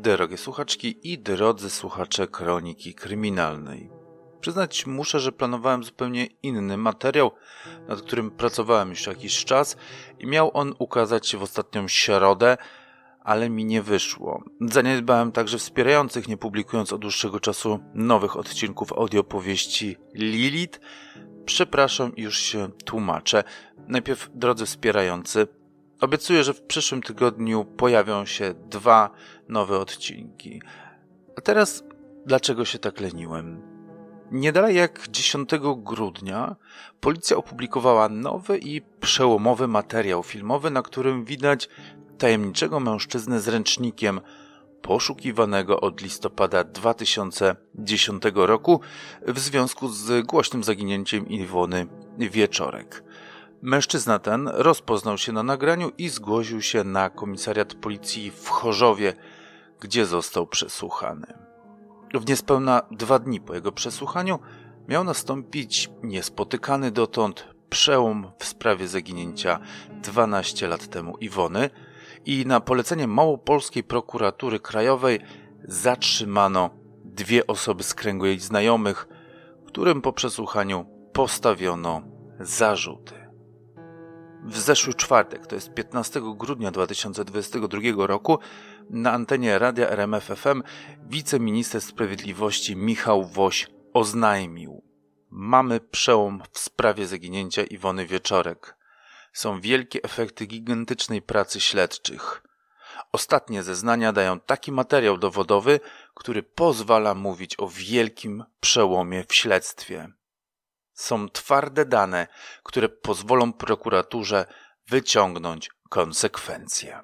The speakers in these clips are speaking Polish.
Drogie słuchaczki i drodzy słuchacze Kroniki Kryminalnej. Przyznać muszę, że planowałem zupełnie inny materiał, nad którym pracowałem już jakiś czas i miał on ukazać się w ostatnią środę, ale mi nie wyszło. Zaniedbałem także wspierających, nie publikując od dłuższego czasu nowych odcinków audiopowieści Lilith. Przepraszam i już się tłumaczę. Najpierw, drodzy wspierający, obiecuję, że w przyszłym tygodniu pojawią się 2 nowe odcinki. A teraz, dlaczego się tak leniłem? Nie dalej jak 10 grudnia policja opublikowała nowy i przełomowy materiał filmowy, na którym widać tajemniczego mężczyznę z ręcznikiem poszukiwanego od listopada 2010 roku w związku z głośnym zaginięciem Iwony Wieczorek. Mężczyzna ten rozpoznał się na nagraniu i zgłosił się na komisariat policji w Chorzowie, gdzie został przesłuchany. W niespełna 2 dni po jego przesłuchaniu miał nastąpić niespotykany dotąd przełom w sprawie zaginięcia 12 lat temu Iwony i na polecenie małopolskiej prokuratury krajowej zatrzymano 2 osoby z kręgu jej znajomych, którym po przesłuchaniu postawiono zarzuty. W zeszły czwartek, to jest 15 grudnia 2022 roku, na antenie radia RMF FM wiceminister sprawiedliwości Michał Woś oznajmił: mamy przełom w sprawie zaginięcia Iwony Wieczorek. Są wielkie efekty gigantycznej pracy śledczych. Ostatnie zeznania dają taki materiał dowodowy, który pozwala mówić o wielkim przełomie w śledztwie. Są twarde dane, które pozwolą prokuraturze wyciągnąć konsekwencje.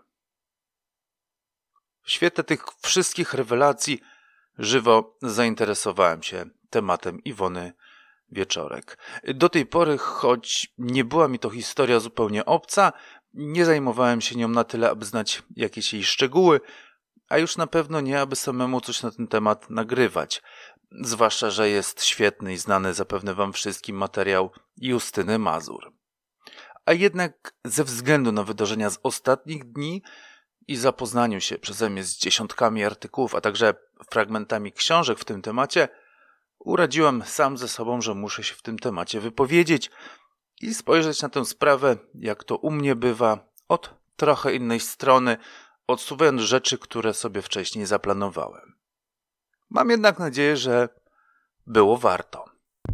W świetle tych wszystkich rewelacji żywo zainteresowałem się tematem Iwony Wieczorek. Do tej pory, choć nie była mi to historia zupełnie obca, nie zajmowałem się nią na tyle, aby znać jakieś jej szczegóły, a już na pewno nie, aby samemu coś na ten temat nagrywać. Zwłaszcza, że jest świetny i znany zapewne wam wszystkim materiał Justyny Mazur. A jednak ze względu na wydarzenia z ostatnich dni i zapoznaniu się przeze mnie z dziesiątkami artykułów, a także fragmentami książek w tym temacie, uradziłem sam ze sobą, że muszę się w tym temacie wypowiedzieć i spojrzeć na tę sprawę, jak to u mnie bywa, od trochę innej strony, odsuwając rzeczy, które sobie wcześniej zaplanowałem. Mam jednak nadzieję, że było warto.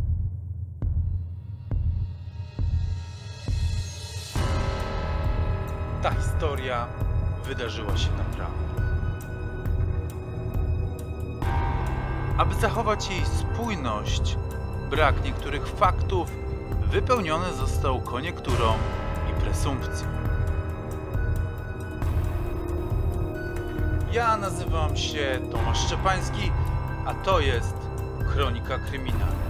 Ta historia wydarzyła się naprawdę. Aby zachować jej spójność, brak niektórych faktów wypełniony został koniekturą i presumpcją. Ja nazywam się Tomasz Szczepański, a to jest Kronika Kryminalna.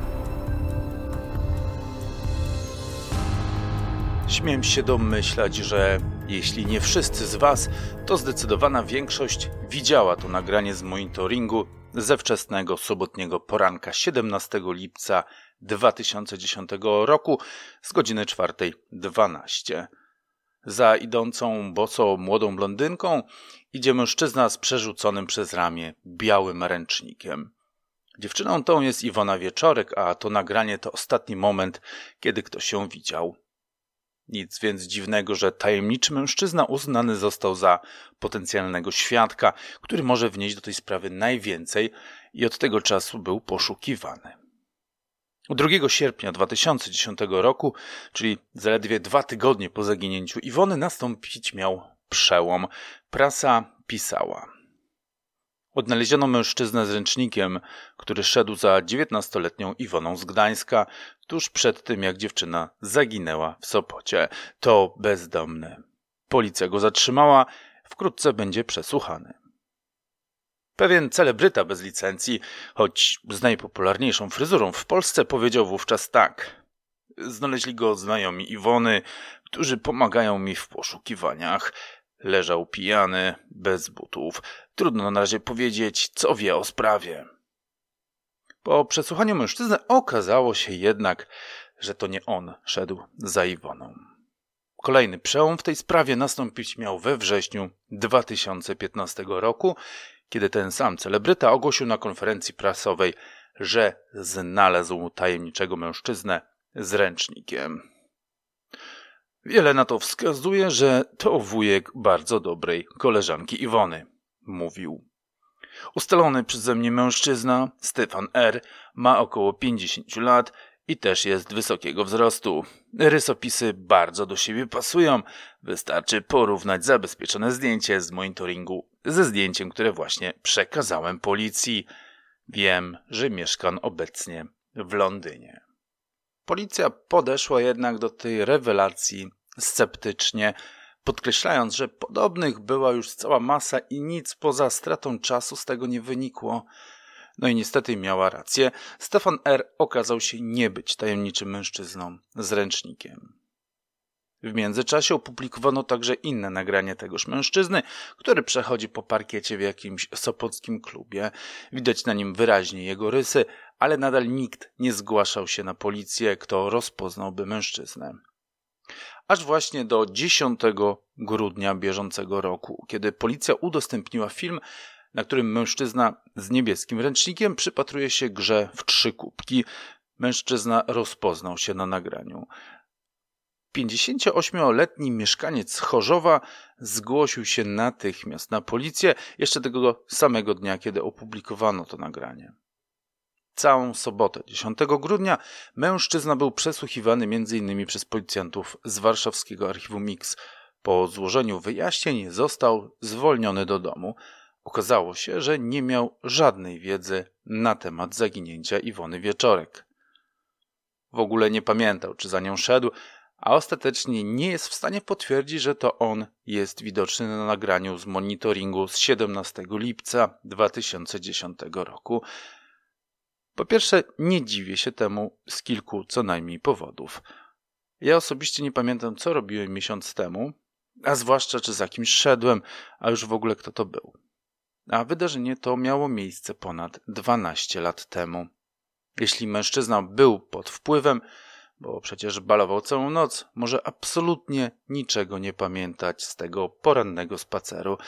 Śmiem się domyślać, że jeśli nie wszyscy z was, to zdecydowana większość widziała to nagranie z monitoringu ze wczesnego sobotniego poranka 17 lipca 2010 roku z godziny 4:12. Za idącą boso młodą blondynką idzie mężczyzna z przerzuconym przez ramię białym ręcznikiem. Dziewczyną tą jest Iwona Wieczorek, a to nagranie to ostatni moment, kiedy ktoś ją widział. Nic więc dziwnego, że tajemniczy mężczyzna uznany został za potencjalnego świadka, który może wnieść do tej sprawy najwięcej i od tego czasu był poszukiwany. 2 sierpnia 2010 roku, czyli zaledwie 2 tygodnie po zaginięciu Iwony, nastąpić miał przełom. Prasa pisała: odnaleziono mężczyznę z ręcznikiem, który szedł za 19-letnią Iwoną z Gdańska, tuż przed tym, jak dziewczyna zaginęła w Sopocie. To bezdomny. Policja go zatrzymała, wkrótce będzie przesłuchany. Pewien celebryta bez licencji, choć z najpopularniejszą fryzurą w Polsce, powiedział wówczas tak: znaleźli go znajomi Iwony, którzy pomagają mi w poszukiwaniach. Leżał pijany, bez butów. Trudno na razie powiedzieć, co wie o sprawie. Po przesłuchaniu mężczyzny okazało się jednak, że to nie on szedł za Iwoną. Kolejny przełom w tej sprawie nastąpić miał we wrześniu 2015 roku, kiedy ten sam celebryta ogłosił na konferencji prasowej, że znalazł tajemniczego mężczyznę z ręcznikiem. Wiele na to wskazuje, że to wujek bardzo dobrej koleżanki Iwony, mówił. Ustalony przeze mnie mężczyzna, Stefan R., ma około 50 lat i też jest wysokiego wzrostu. Rysopisy bardzo do siebie pasują. Wystarczy porównać zabezpieczone zdjęcie z monitoringu ze zdjęciem, które właśnie przekazałem policji. Wiem, że mieszka on obecnie w Londynie. Policja podeszła jednak do tej rewelacji sceptycznie, podkreślając, że podobnych była już cała masa i nic poza stratą czasu z tego nie wynikło. No i niestety miała rację. Stefan R. okazał się nie być tajemniczym mężczyzną z ręcznikiem. W międzyczasie opublikowano także inne nagranie tegoż mężczyzny, który przechodzi po parkiecie w jakimś sopockim klubie. Widać na nim wyraźnie jego rysy, ale nadal nikt nie zgłaszał się na policję, kto rozpoznałby mężczyznę. Aż właśnie do 10 grudnia bieżącego roku, kiedy policja udostępniła film, na którym mężczyzna z niebieskim ręcznikiem przypatruje się grze w 3 kubki. Mężczyzna rozpoznał się na nagraniu. 58-letni mieszkaniec Chorzowa zgłosił się natychmiast na policję jeszcze tego samego dnia, kiedy opublikowano to nagranie. Całą sobotę, 10 grudnia, mężczyzna był przesłuchiwany m.in. przez policjantów z warszawskiego archiwum Mix. Po złożeniu wyjaśnień został zwolniony do domu. Okazało się, że nie miał żadnej wiedzy na temat zaginięcia Iwony Wieczorek. W ogóle nie pamiętał, czy za nią szedł, a ostatecznie nie jest w stanie potwierdzić, że to on jest widoczny na nagraniu z monitoringu z 17 lipca 2010 roku. Po pierwsze, nie dziwię się temu z kilku co najmniej powodów. Ja osobiście nie pamiętam, co robiłem miesiąc temu, a zwłaszcza czy za kimś szedłem, a już w ogóle kto to był. A wydarzenie to miało miejsce ponad 12 lat temu. Jeśli mężczyzna był pod wpływem, bo przecież balował całą noc, może absolutnie niczego nie pamiętać z tego porannego spaceru.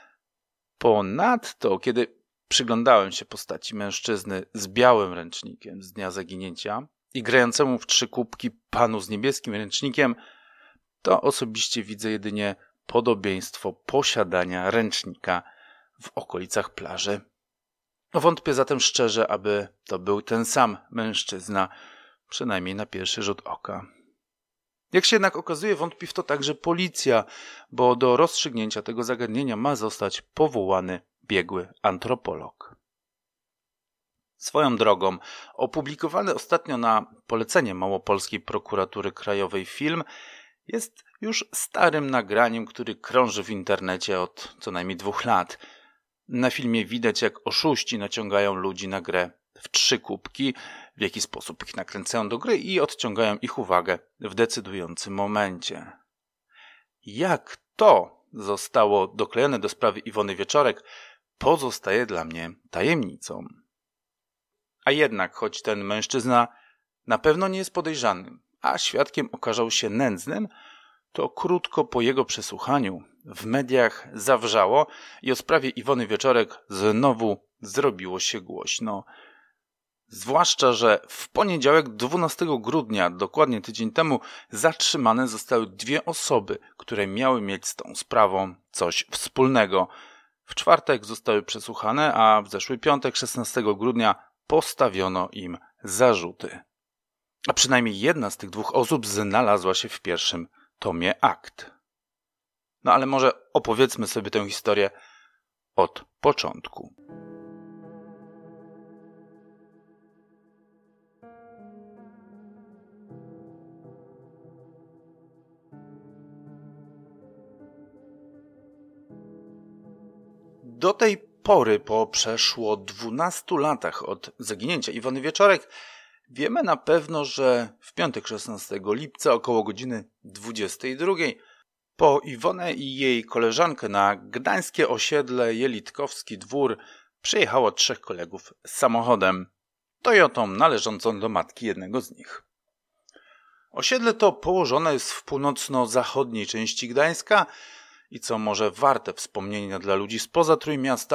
Ponadto, kiedy przyglądałem się postaci mężczyzny z białym ręcznikiem z dnia zaginięcia i grającemu w 3 kubki panu z niebieskim ręcznikiem, to osobiście widzę jedynie podobieństwo posiadania ręcznika w okolicach plaży. Wątpię zatem szczerze, aby to był ten sam mężczyzna, przynajmniej na pierwszy rzut oka. Jak się jednak okazuje, wątpi w to także policja, bo do rozstrzygnięcia tego zagadnienia ma zostać powołany biegły antropolog. Swoją drogą, opublikowany ostatnio na polecenie Małopolskiej Prokuratury Krajowej film jest już starym nagraniem, który krąży w internecie od co najmniej 2 lat. Na filmie widać, jak oszuści naciągają ludzi na grę w 3 kubki, w jaki sposób ich nakręcają do gry i odciągają ich uwagę w decydującym momencie. Jak to zostało doklejone do sprawy Iwony Wieczorek, pozostaje dla mnie tajemnicą. A jednak, choć ten mężczyzna na pewno nie jest podejrzanym, a świadkiem okazał się nędznym, to krótko po jego przesłuchaniu w mediach zawrzało i o sprawie Iwony Wieczorek znowu zrobiło się głośno. Zwłaszcza, że w poniedziałek 12 grudnia, dokładnie tydzień temu, zatrzymane zostały 2 osoby, które miały mieć z tą sprawą coś wspólnego. W czwartek zostały przesłuchane, a w zeszły piątek, 16 grudnia, postawiono im zarzuty. A przynajmniej jedna z tych 2 osób znalazła się w pierwszym tomie akt. No ale może opowiedzmy sobie tę historię od początku. Do tej pory, po przeszło 12 latach od zaginięcia Iwony Wieczorek, wiemy na pewno, że w piątek 16 lipca około godziny 22 po Iwonę i jej koleżankę na gdańskie osiedle Jelitkowski Dwór przyjechało 3 kolegów z samochodem, Toyotą należącą do matki jednego z nich. Osiedle to położone jest w północno-zachodniej części Gdańska i co może warte wspomnienia dla ludzi spoza Trójmiasta,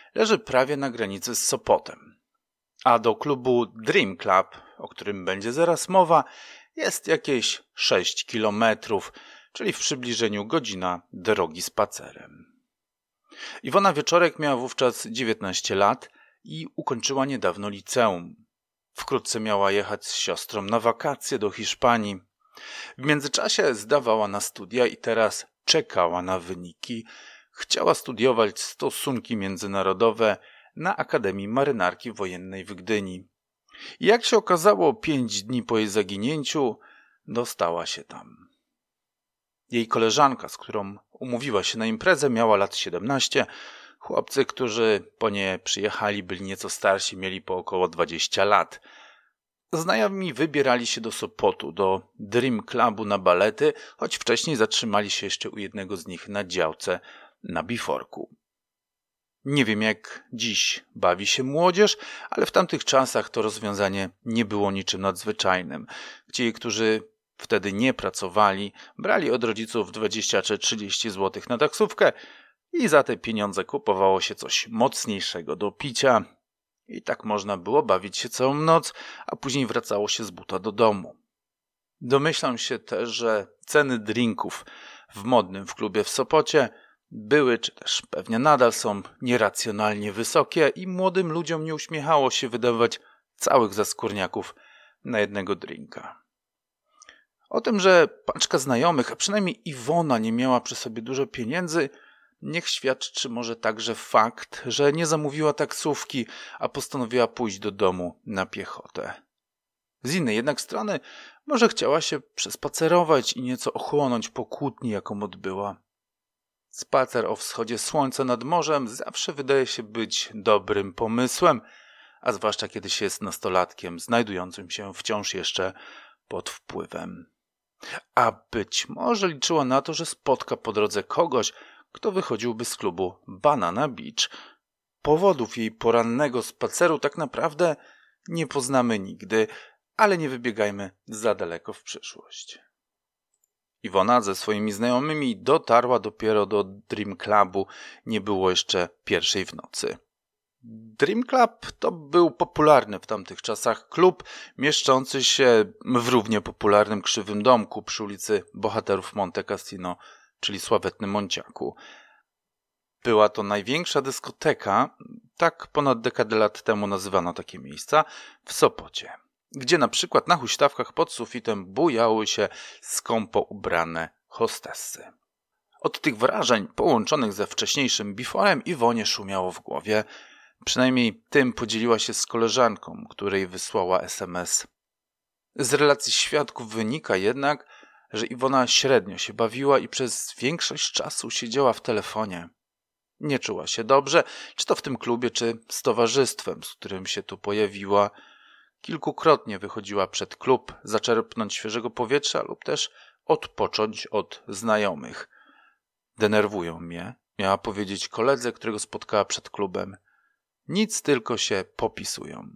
leży prawie na granicy z Sopotem. A do klubu Dream Club, o którym będzie zaraz mowa, jest jakieś 6 kilometrów, czyli w przybliżeniu godzina drogi spacerem. Iwona Wieczorek miała wówczas 19 lat i ukończyła niedawno liceum. Wkrótce miała jechać z siostrą na wakacje do Hiszpanii. W międzyczasie zdawała na studia i teraz czekała na wyniki. Chciała studiować stosunki międzynarodowe na Akademii Marynarki Wojennej w Gdyni. I jak się okazało, 5 dni po jej zaginięciu dostała się tam. Jej koleżanka, z którą umówiła się na imprezę, miała lat 17. Chłopcy, którzy po nie przyjechali, byli nieco starsi, mieli po około 20 lat. Znajomi wybierali się do Sopotu, do Dream Clubu na balety, choć wcześniej zatrzymali się jeszcze u jednego z nich na działce na biforku. Nie wiem, jak dziś bawi się młodzież, ale w tamtych czasach to rozwiązanie nie było niczym nadzwyczajnym. Ci, którzy wtedy nie pracowali, brali od rodziców 20 czy 30 zł na taksówkę i za te pieniądze kupowało się coś mocniejszego do picia. I tak można było bawić się całą noc, a później wracało się z buta do domu. Domyślam się też, że ceny drinków w modnym w klubie w Sopocie były, czy też pewnie nadal są, nieracjonalnie wysokie i młodym ludziom nie uśmiechało się wydawać całych zaskórniaków na jednego drinka. O tym, że paczka znajomych, a przynajmniej Iwona, nie miała przy sobie dużo pieniędzy, niech świadczy może także fakt, że nie zamówiła taksówki, a postanowiła pójść do domu na piechotę. Z innej jednak strony może chciała się przespacerować i nieco ochłonąć po kłótni, jaką odbyła. Spacer o wschodzie słońca nad morzem zawsze wydaje się być dobrym pomysłem, a zwłaszcza kiedy się jest nastolatkiem znajdującym się wciąż jeszcze pod wpływem. A być może liczyła na to, że spotka po drodze kogoś, kto wychodziłby z klubu Banana Beach. Powodów jej porannego spaceru tak naprawdę nie poznamy nigdy, ale nie wybiegajmy za daleko w przyszłość. Iwona ze swoimi znajomymi dotarła dopiero do Dream Clubu, nie było jeszcze 1:00 w nocy. Dream Club to był popularny w tamtych czasach klub mieszczący się w równie popularnym Krzywym Domku przy ulicy Bohaterów Monte Cassino, czyli sławetnym Monciaku. Była to największa dyskoteka, tak ponad dekadę lat temu nazywano takie miejsca, w Sopocie, gdzie na przykład na huśtawkach pod sufitem bujały się skąpo ubrane hostessy. Od tych wrażeń połączonych ze wcześniejszym biforem Iwonie szumiało w głowie. Przynajmniej tym podzieliła się z koleżanką, której wysłała SMS. Z relacji świadków wynika jednak, że Iwona średnio się bawiła i przez większość czasu siedziała w telefonie. Nie czuła się dobrze, czy to w tym klubie, czy z towarzystwem, z którym się tu pojawiła. Kilkukrotnie wychodziła przed klub zaczerpnąć świeżego powietrza lub też odpocząć od znajomych. Denerwują mnie, miała powiedzieć koledze, którego spotkała przed klubem. Nic, tylko się popisują.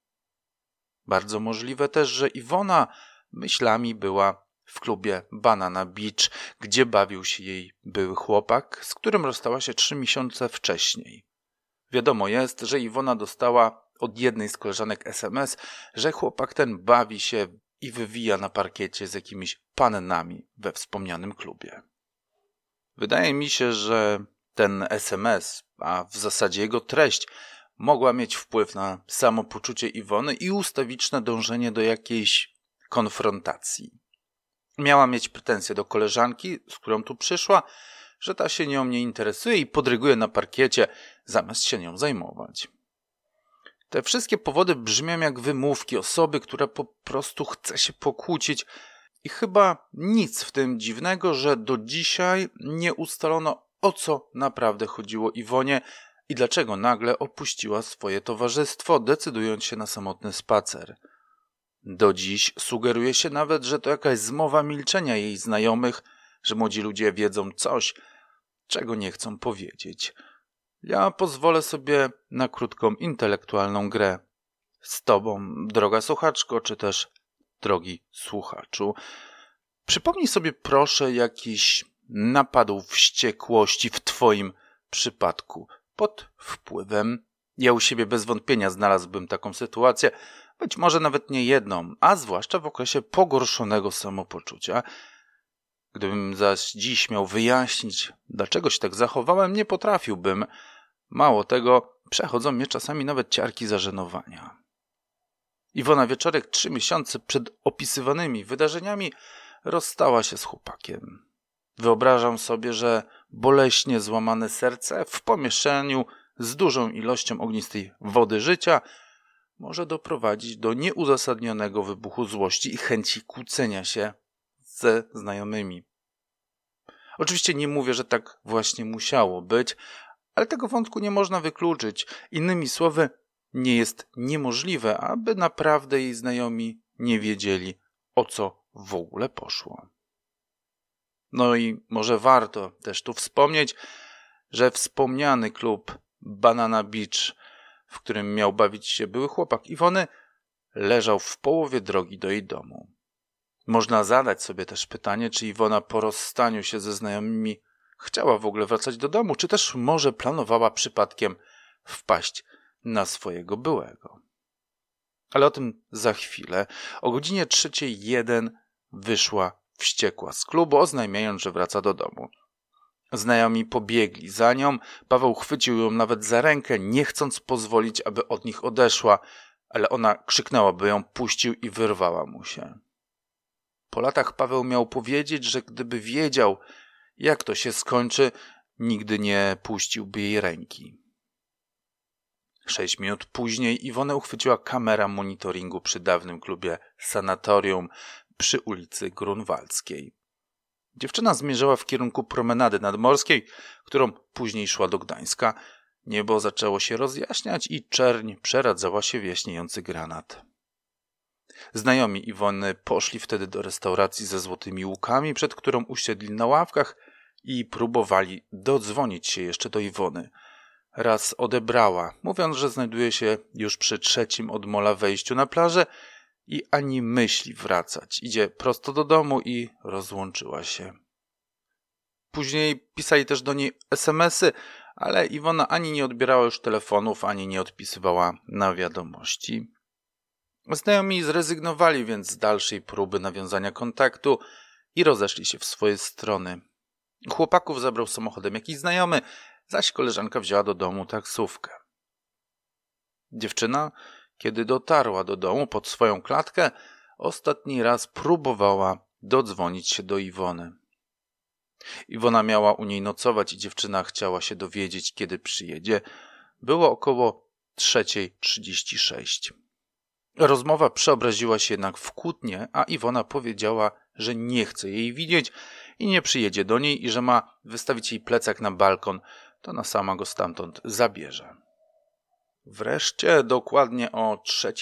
Bardzo możliwe też, że Iwona myślami była w klubie Banana Beach, gdzie bawił się jej były chłopak, z którym rozstała się 3 miesiące wcześniej. Wiadomo jest, że Iwona dostała od jednej z koleżanek SMS, że chłopak ten bawi się i wywija na parkiecie z jakimiś pannami we wspomnianym klubie. Wydaje mi się, że ten SMS, a w zasadzie jego treść, mogła mieć wpływ na samopoczucie Iwony i ustawiczne dążenie do jakiejś konfrontacji. Miała mieć pretensje do koleżanki, z którą tu przyszła, że ta się nią nie interesuje i podryguje na parkiecie, zamiast się nią zajmować. Te wszystkie powody brzmią jak wymówki osoby, która po prostu chce się pokłócić i chyba nic w tym dziwnego, że do dzisiaj nie ustalono, o co naprawdę chodziło Iwonie i dlaczego nagle opuściła swoje towarzystwo, decydując się na samotny spacer. Do dziś sugeruje się nawet, że to jakaś zmowa milczenia jej znajomych, że młodzi ludzie wiedzą coś, czego nie chcą powiedzieć. Ja pozwolę sobie na krótką intelektualną grę. Z tobą, droga słuchaczko, czy też drogi słuchaczu. Przypomnij sobie proszę jakiś napadł wściekłości w twoim przypadku pod wpływem. Ja u siebie bez wątpienia znalazłbym taką sytuację, być może nawet nie jedną, a zwłaszcza w okresie pogorszonego samopoczucia. Gdybym zaś dziś miał wyjaśnić, dlaczego się tak zachowałem, nie potrafiłbym. Mało tego, przechodzą mnie czasami nawet ciarki zażenowania. Iwona Wieczorek 3 miesiące przed opisywanymi wydarzeniami rozstała się z chłopakiem. Wyobrażam sobie, że boleśnie złamane serce w pomieszaniu z dużą ilością ognistej wody życia może doprowadzić do nieuzasadnionego wybuchu złości i chęci kłócenia się ze znajomymi. Oczywiście nie mówię, że tak właśnie musiało być, ale tego wątku nie można wykluczyć. Innymi słowy, nie jest niemożliwe, aby naprawdę jej znajomi nie wiedzieli, o co w ogóle poszło. No i może warto też tu wspomnieć, że wspomniany klub Banana Beach, w którym miał bawić się były chłopak Iwony, leżał w połowie drogi do jej domu. Można zadać sobie też pytanie, czy Iwona po rozstaniu się ze znajomymi chciała w ogóle wracać do domu, czy też może planowała przypadkiem wpaść na swojego byłego. Ale o tym za chwilę. O godzinie 3:01 wyszła wściekła z klubu, oznajmiając, że wraca do domu. Znajomi pobiegli za nią, Paweł chwycił ją nawet za rękę, nie chcąc pozwolić, aby od nich odeszła, ale ona krzyknęła, by ją puścił i wyrwała mu się. Po latach Paweł miał powiedzieć, że gdyby wiedział, jak to się skończy, nigdy nie puściłby jej ręki. 6 minut później Iwonę uchwyciła kamera monitoringu przy dawnym klubie Sanatorium przy ulicy Grunwaldzkiej. Dziewczyna zmierzała w kierunku promenady nadmorskiej, którą później szła do Gdańska. Niebo zaczęło się rozjaśniać i czerń przeradzała się w jaśniejący granat. Znajomi Iwony poszli wtedy do restauracji ze złotymi łukami, przed którą usiedli na ławkach i próbowali dodzwonić się jeszcze do Iwony. Raz odebrała, mówiąc, że znajduje się już przy 3. od mola wejściu na plażę i ani myśli wracać. Idzie prosto do domu i rozłączyła się. Później pisali też do niej SMS-y, ale Iwona ani nie odbierała już telefonów, ani nie odpisywała na wiadomości. Znajomi zrezygnowali więc z dalszej próby nawiązania kontaktu i rozeszli się w swoje strony. Chłopaków zabrał samochodem jakiś znajomy, zaś koleżanka wzięła do domu taksówkę. Dziewczyna, kiedy dotarła do domu pod swoją klatkę, ostatni raz próbowała dodzwonić się do Iwony. Iwona miała u niej nocować i dziewczyna chciała się dowiedzieć, kiedy przyjedzie. Było około 3:36. Rozmowa przeobraziła się jednak w kłótnię, a Iwona powiedziała, że nie chce jej widzieć i nie przyjedzie do niej i że ma wystawić jej plecak na balkon, to ona sama go stamtąd zabierze. Wreszcie dokładnie o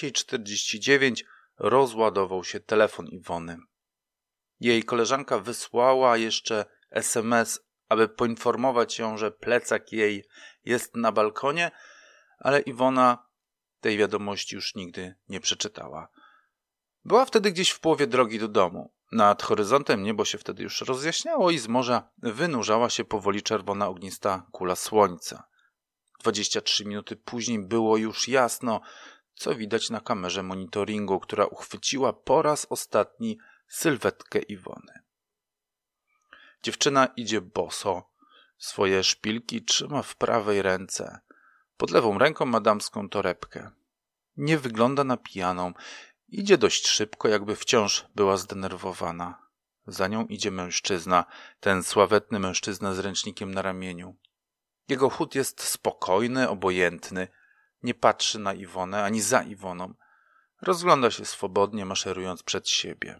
3:49 rozładował się telefon Iwony. Jej koleżanka wysłała jeszcze SMS, aby poinformować ją, że plecak jej jest na balkonie, ale Iwona tej wiadomości już nigdy nie przeczytała. Była wtedy gdzieś w połowie drogi do domu. Nad horyzontem niebo się wtedy już rozjaśniało i z morza wynurzała się powoli czerwona ognista kula słońca. 23 minuty później było już jasno, co widać na kamerze monitoringu, która uchwyciła po raz ostatni sylwetkę Iwony. Dziewczyna idzie boso. Swoje szpilki trzyma w prawej ręce. Pod lewą ręką ma damską torebkę. Nie wygląda na pijaną. Idzie dość szybko, jakby wciąż była zdenerwowana. Za nią idzie mężczyzna, ten sławetny mężczyzna z ręcznikiem na ramieniu. Jego chód jest spokojny, obojętny. Nie patrzy na Iwonę, ani za Iwoną. Rozgląda się swobodnie, maszerując przed siebie.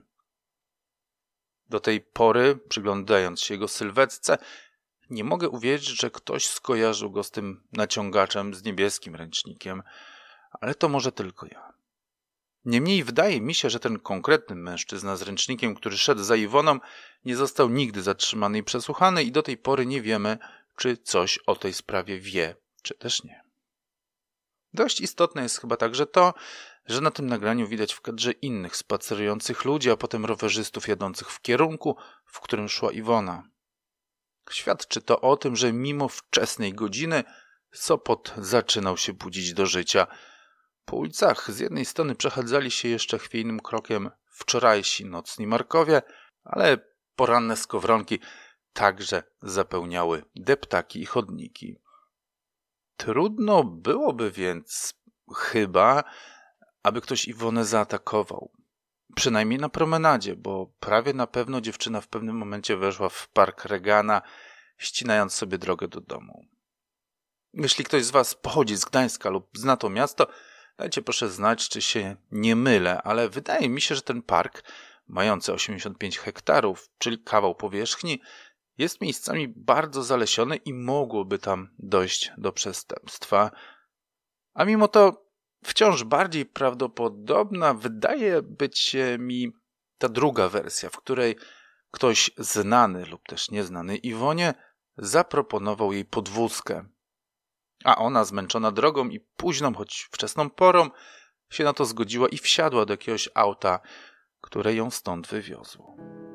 Do tej pory, przyglądając się jego sylwetce, nie mogę uwierzyć, że ktoś skojarzył go z tym naciągaczem z niebieskim ręcznikiem, ale to może tylko ja. Niemniej wydaje mi się, że ten konkretny mężczyzna z ręcznikiem, który szedł za Iwoną, nie został nigdy zatrzymany i przesłuchany i do tej pory nie wiemy, czy coś o tej sprawie wie, czy też nie. Dość istotne jest chyba także to, że na tym nagraniu widać w kadrze innych spacerujących ludzi, a potem rowerzystów jadących w kierunku, w którym szła Iwona. Świadczy to o tym, że mimo wczesnej godziny Sopot zaczynał się budzić do życia. Po ulicach z jednej strony przechadzali się jeszcze chwiejnym krokiem wczorajsi nocni Markowie, ale poranne skowronki także zapełniały deptaki i chodniki. Trudno byłoby więc chyba, aby ktoś Iwonę zaatakował. Przynajmniej na promenadzie, bo prawie na pewno dziewczyna w pewnym momencie weszła w park Regana, ścinając sobie drogę do domu. Jeśli ktoś z Was pochodzi z Gdańska lub zna to miasto, dajcie proszę znać, czy się nie mylę, ale wydaje mi się, że ten park, mający 85 hektarów, czyli kawał powierzchni, jest miejscami bardzo zalesiony i mogłoby tam dojść do przestępstwa. A mimo to wciąż bardziej prawdopodobna wydaje być mi ta druga wersja, w której ktoś znany lub też nieznany Iwonie zaproponował jej podwózkę. A ona, zmęczona drogą i późną, choć wczesną porą, się na to zgodziła i wsiadła do jakiegoś auta, które ją stąd wywiozło.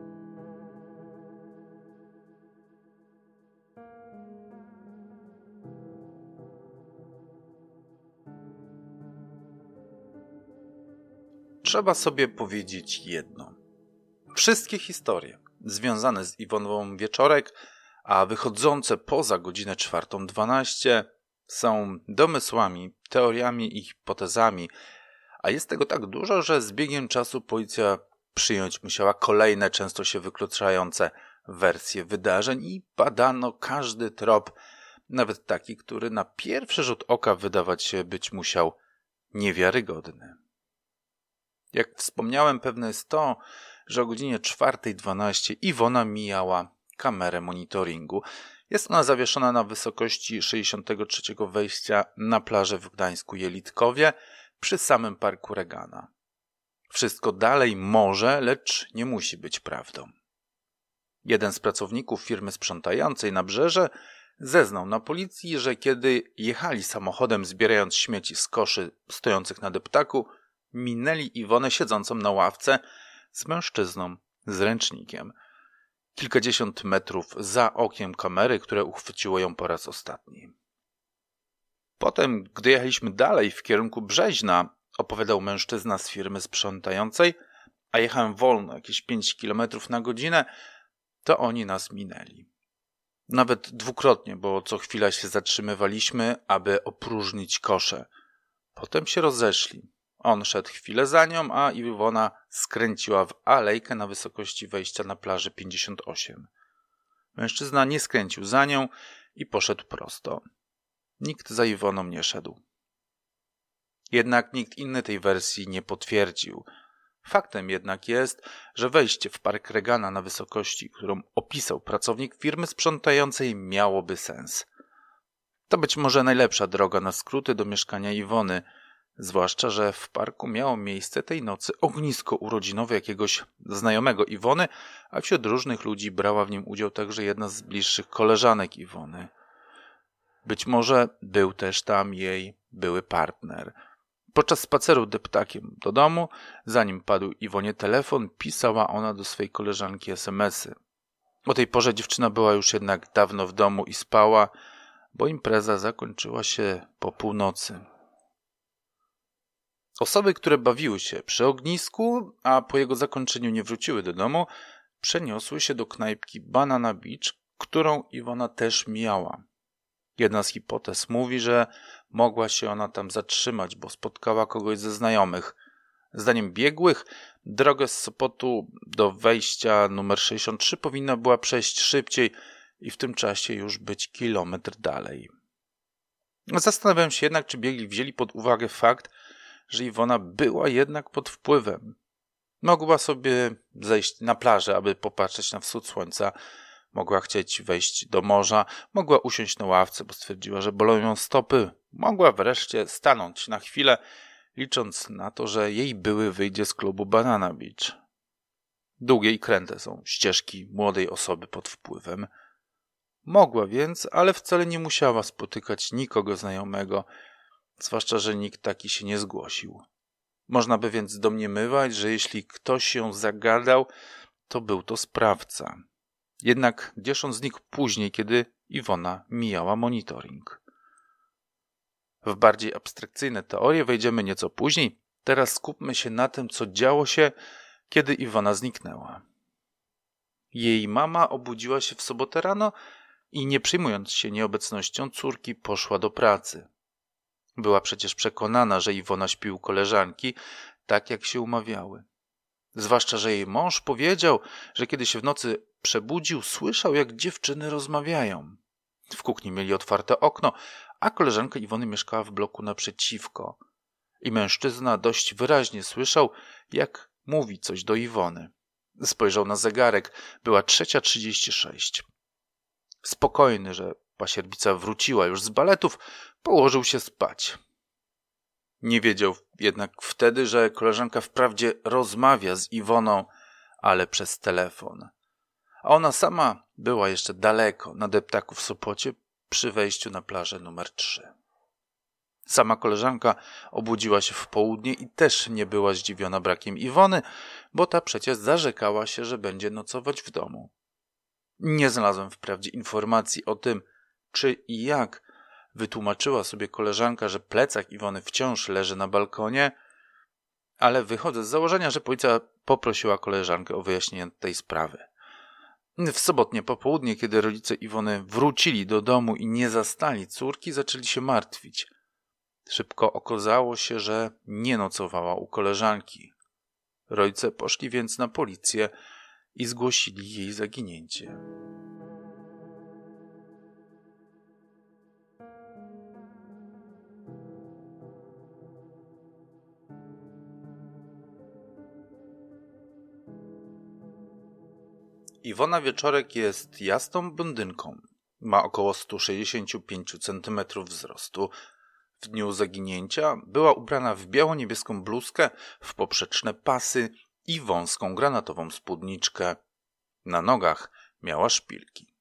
Trzeba sobie powiedzieć jedno. Wszystkie historie związane z Iwoną Wieczorek, a wychodzące poza godzinę 4:12 są domysłami, teoriami i hipotezami, a jest tego tak dużo, że z biegiem czasu policja przyjąć musiała kolejne, często się wykluczające wersje wydarzeń i badano każdy trop, nawet taki, który na pierwszy rzut oka wydawać się być musiał niewiarygodny. Jak wspomniałem, pewne jest to, że o godzinie 4:12 Iwona mijała kamerę monitoringu. Jest ona zawieszona na wysokości 63 wejścia na plażę w Gdańsku Jelitkowie przy samym parku Regana. Wszystko dalej może, lecz nie musi być prawdą. Jeden z pracowników firmy sprzątającej Nabrzeże zeznał na policji, że kiedy jechali samochodem zbierając śmieci z koszy stojących na deptaku, minęli Iwonę siedzącą na ławce z mężczyzną z ręcznikiem. Kilkadziesiąt metrów za okiem kamery, które uchwyciło ją po raz ostatni. Potem, gdy jechaliśmy dalej w kierunku Brzeźna, opowiadał mężczyzna z firmy sprzątającej, a jechałem wolno, jakieś 5 km na godzinę, to oni nas minęli. Nawet dwukrotnie, bo co chwila się zatrzymywaliśmy, aby opróżnić kosze. Potem się rozeszli. On szedł chwilę za nią, a Iwona skręciła w alejkę na wysokości wejścia na plaży 58. Mężczyzna nie skręcił za nią i poszedł prosto. Nikt za Iwoną nie szedł. Jednak nikt inny tej wersji nie potwierdził. Faktem jednak jest, że wejście w park Regana na wysokości, którą opisał pracownik firmy sprzątającej, miałoby sens. To być może najlepsza droga na skróty do mieszkania Iwony, zwłaszcza że w parku miało miejsce tej nocy ognisko urodzinowe jakiegoś znajomego Iwony, a wśród różnych ludzi brała w nim udział także jedna z bliższych koleżanek Iwony. Być może był też tam jej były partner. Podczas spaceru deptakiem do domu, zanim padł Iwonie telefon, pisała ona do swej koleżanki SMS-y. O tej porze dziewczyna była już jednak dawno w domu i spała, bo impreza zakończyła się po północy. Osoby, które bawiły się przy ognisku, a po jego zakończeniu nie wróciły do domu, przeniosły się do knajpki Banana Beach, którą Iwona też mijała. Jedna z hipotez mówi, że mogła się ona tam zatrzymać, bo spotkała kogoś ze znajomych. Zdaniem biegłych, drogę z Sopotu do wejścia numer 63 powinna była przejść szybciej i w tym czasie już być kilometr dalej. Zastanawiam się jednak, czy biegli wzięli pod uwagę fakt, że Iwona była jednak pod wpływem. Mogła sobie zejść na plażę, aby popatrzeć na wschód słońca. Mogła chcieć wejść do morza, mogła usiąść na ławce, bo stwierdziła, że bolą ją stopy. Mogła wreszcie stanąć na chwilę, licząc na to, że jej były wyjdzie z klubu Banana Beach. Długie i kręte są ścieżki młodej osoby pod wpływem. Mogła więc, ale wcale nie musiała spotykać nikogo znajomego, zwłaszcza, że nikt taki się nie zgłosił. Można by więc domniemywać, że jeśli ktoś ją zagadał, to był to sprawca. Jednak gdzież on znikł później, kiedy Iwona mijała monitoring? W bardziej abstrakcyjne teorie wejdziemy nieco później. Teraz skupmy się na tym, co działo się, kiedy Iwona zniknęła. Jej mama obudziła się w sobotę rano i nie przejmując się nieobecnością córki, poszła do pracy. Była przecież przekonana, że Iwona śpi u koleżanki, tak jak się umawiały. Zwłaszcza, że jej mąż powiedział, że kiedy się w nocy przebudził, słyszał, jak dziewczyny rozmawiają. W kuchni mieli otwarte okno, a koleżanka Iwony mieszkała w bloku naprzeciwko. I mężczyzna dość wyraźnie słyszał, jak mówi coś do Iwony. Spojrzał na zegarek. Była 3:36. Spokojny, że pasierbica wróciła już z baletów, położył się spać. Nie wiedział jednak wtedy, że koleżanka wprawdzie rozmawia z Iwoną, ale przez telefon. A ona sama była jeszcze daleko, na deptaku w Sopocie, przy wejściu na plażę numer 3. Sama koleżanka obudziła się w południe i też nie była zdziwiona brakiem Iwony, bo ta przecież zarzekała się, że będzie nocować w domu. Nie znalazłem wprawdzie informacji o tym, czy i jak wytłumaczyła sobie koleżanka, że plecak Iwony wciąż leży na balkonie, ale wychodzę z założenia, że policja poprosiła koleżankę o wyjaśnienie tej sprawy. W sobotnie popołudnie, kiedy rodzice Iwony wrócili do domu i nie zastali córki, zaczęli się martwić. Szybko okazało się, że nie nocowała u koleżanki. Rodzice poszli więc na policję i zgłosili jej zaginięcie. Iwona Wieczorek jest jasną blondynką. Ma około 165 cm wzrostu. W dniu zaginięcia była ubrana w biało-niebieską bluzkę, w poprzeczne pasy i wąską granatową spódniczkę. Na nogach miała szpilki.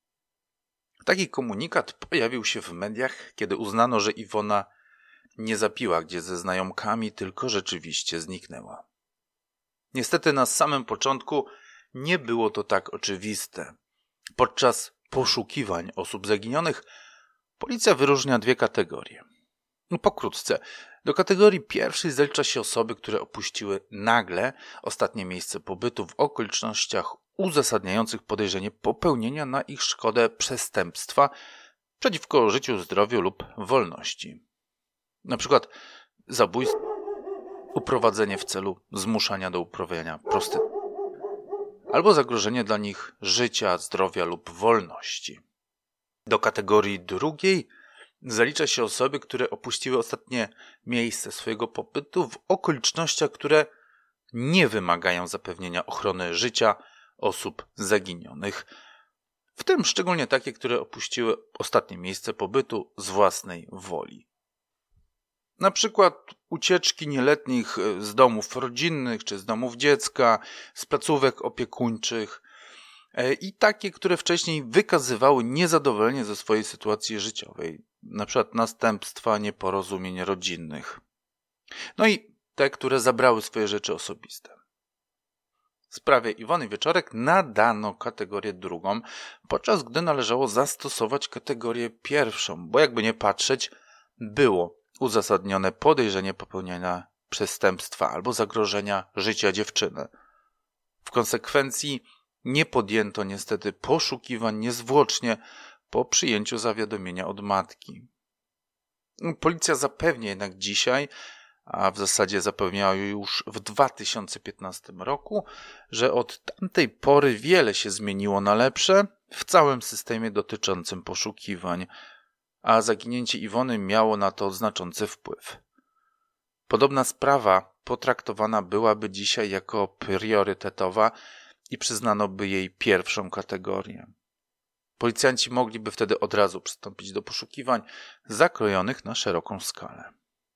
Taki komunikat pojawił się w mediach, kiedy uznano, że Iwona nie zapiła gdzie ze znajomkami, tylko rzeczywiście zniknęła. Niestety na samym początku nie było to tak oczywiste. Podczas poszukiwań osób zaginionych policja wyróżnia 2 kategorie. Pokrótce, do kategorii pierwszej zalicza się osoby, które opuściły nagle ostatnie miejsce pobytu w okolicznościach uzasadniających podejrzenie popełnienia na ich szkodę przestępstwa przeciwko życiu, zdrowiu lub wolności. Na przykład zabójstwo, uprowadzenie w celu zmuszania do uprawiania prostytucji, albo zagrożenie dla nich życia, zdrowia lub wolności. Do kategorii drugiej zalicza się osoby, które opuściły ostatnie miejsce swojego pobytu w okolicznościach, które nie wymagają zapewnienia ochrony życia osób zaginionych, w tym szczególnie takie, które opuściły ostatnie miejsce pobytu z własnej woli. Na przykład ucieczki nieletnich z domów rodzinnych czy z domów dziecka, z placówek opiekuńczych i takie, które wcześniej wykazywały niezadowolenie ze swojej sytuacji życiowej, na przykład następstwa nieporozumień rodzinnych. No i te, które zabrały swoje rzeczy osobiste. W sprawie Iwony Wieczorek nadano kategorię drugą, podczas gdy należało zastosować kategorię pierwszą, bo jakby nie patrzeć, było uzasadnione podejrzenie popełnienia przestępstwa albo zagrożenia życia dziewczyny. W konsekwencji nie podjęto niestety poszukiwań niezwłocznie po przyjęciu zawiadomienia od matki. Policja zapewnia jednak dzisiaj, a w zasadzie zapewniała już w 2015 roku, że od tamtej pory wiele się zmieniło na lepsze w całym systemie dotyczącym poszukiwań, a zaginięcie Iwony miało na to znaczący wpływ. Podobna sprawa potraktowana byłaby dzisiaj jako priorytetowa i przyznano by jej pierwszą kategorię. Policjanci mogliby wtedy od razu przystąpić do poszukiwań zakrojonych na szeroką skalę.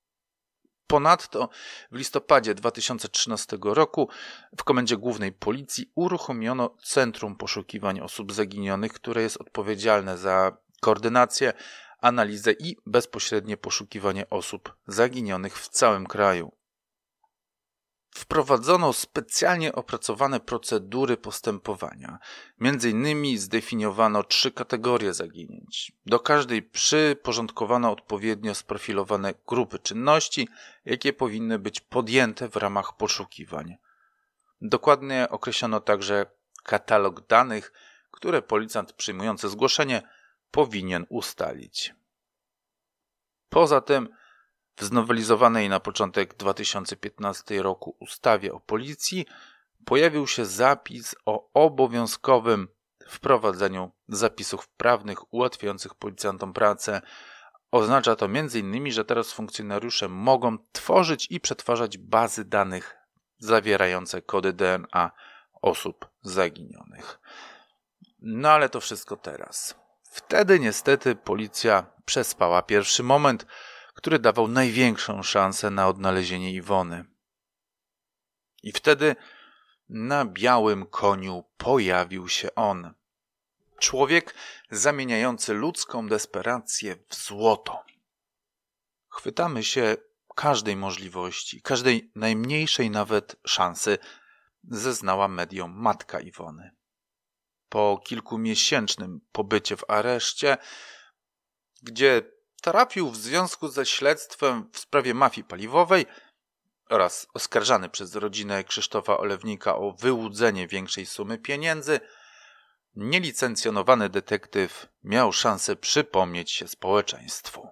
Ponadto w listopadzie 2013 roku w Komendzie Głównej Policji uruchomiono Centrum Poszukiwań Osób Zaginionych, które jest odpowiedzialne za koordynację, analizę i bezpośrednie poszukiwanie osób zaginionych w całym kraju. Wprowadzono specjalnie opracowane procedury postępowania. Między innymi zdefiniowano 3 kategorie zaginięć. Do każdej przyporządkowano odpowiednio sprofilowane grupy czynności, jakie powinny być podjęte w ramach poszukiwań. Dokładnie określono także katalog danych, które policjant przyjmujący zgłoszenie powinien ustalić. Poza tym w znowelizowanej na początek 2015 roku ustawie o policji pojawił się zapis o obowiązkowym wprowadzeniu zapisów prawnych ułatwiających policjantom pracę. Oznacza to m.in., że teraz funkcjonariusze mogą tworzyć i przetwarzać bazy danych zawierające kody DNA osób zaginionych. No ale to wszystko teraz. Wtedy niestety policja przespała pierwszy moment, który dawał największą szansę na odnalezienie Iwony. I wtedy na białym koniu pojawił się on. Człowiek zamieniający ludzką desperację w złoto. Chwytamy się każdej możliwości, każdej najmniejszej nawet szansy, zeznała mediom matka Iwony. Po kilkumiesięcznym pobycie w areszcie, gdzie trafił w związku ze śledztwem w sprawie mafii paliwowej oraz oskarżany przez rodzinę Krzysztofa Olewnika o wyłudzenie większej sumy pieniędzy, nielicencjonowany detektyw miał szansę przypomnieć się społeczeństwu.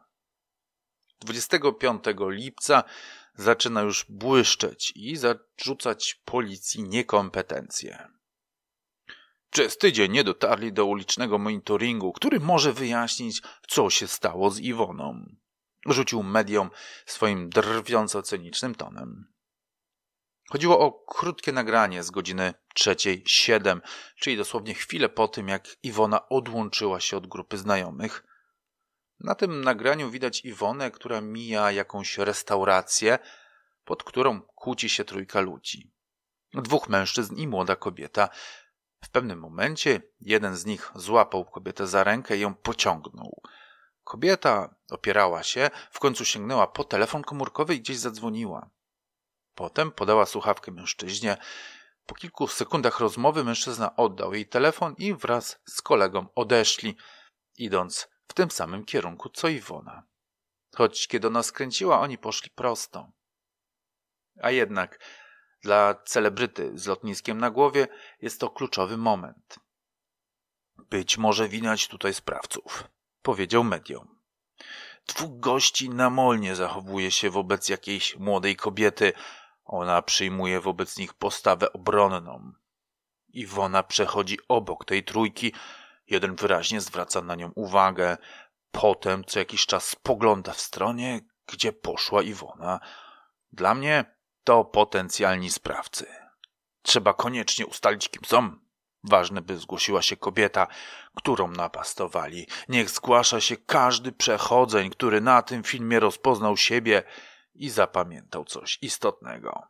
25 lipca zaczyna już błyszczeć i zarzucać policji niekompetencje. Przez tydzień nie dotarli do ulicznego monitoringu, który może wyjaśnić, co się stało z Iwoną. Rzucił mediom swoim drwiąco cynicznym tonem. Chodziło o krótkie nagranie z godziny 3:07, czyli dosłownie chwilę po tym, jak Iwona odłączyła się od grupy znajomych. Na tym nagraniu widać Iwonę, która mija jakąś restaurację, pod którą kłóci się 3 ludzi. 2 mężczyzn i młoda kobieta. W pewnym momencie jeden z nich złapał kobietę za rękę i ją pociągnął. Kobieta opierała się, w końcu sięgnęła po telefon komórkowy i gdzieś zadzwoniła. Potem podała słuchawkę mężczyźnie. Po kilku sekundach rozmowy mężczyzna oddał jej telefon i wraz z kolegą odeszli, idąc w tym samym kierunku co Iwona. Choć kiedy ona skręciła, oni poszli prosto. A jednak dla celebryty z lotniskiem na głowie jest to kluczowy moment. Być może winać tutaj sprawców, powiedział mediom. 2 gości namolnie zachowuje się wobec jakiejś młodej kobiety. Ona przyjmuje wobec nich postawę obronną. Iwona przechodzi obok tej 3. Jeden wyraźnie zwraca na nią uwagę. Potem co jakiś czas spogląda w stronę, gdzie poszła Iwona. Dla mnie to potencjalni sprawcy. Trzeba koniecznie ustalić, kim są. Ważne, by zgłosiła się kobieta, którą napastowali. Niech zgłasza się każdy przechodzeń, który na tym filmie rozpoznał siebie i zapamiętał coś istotnego.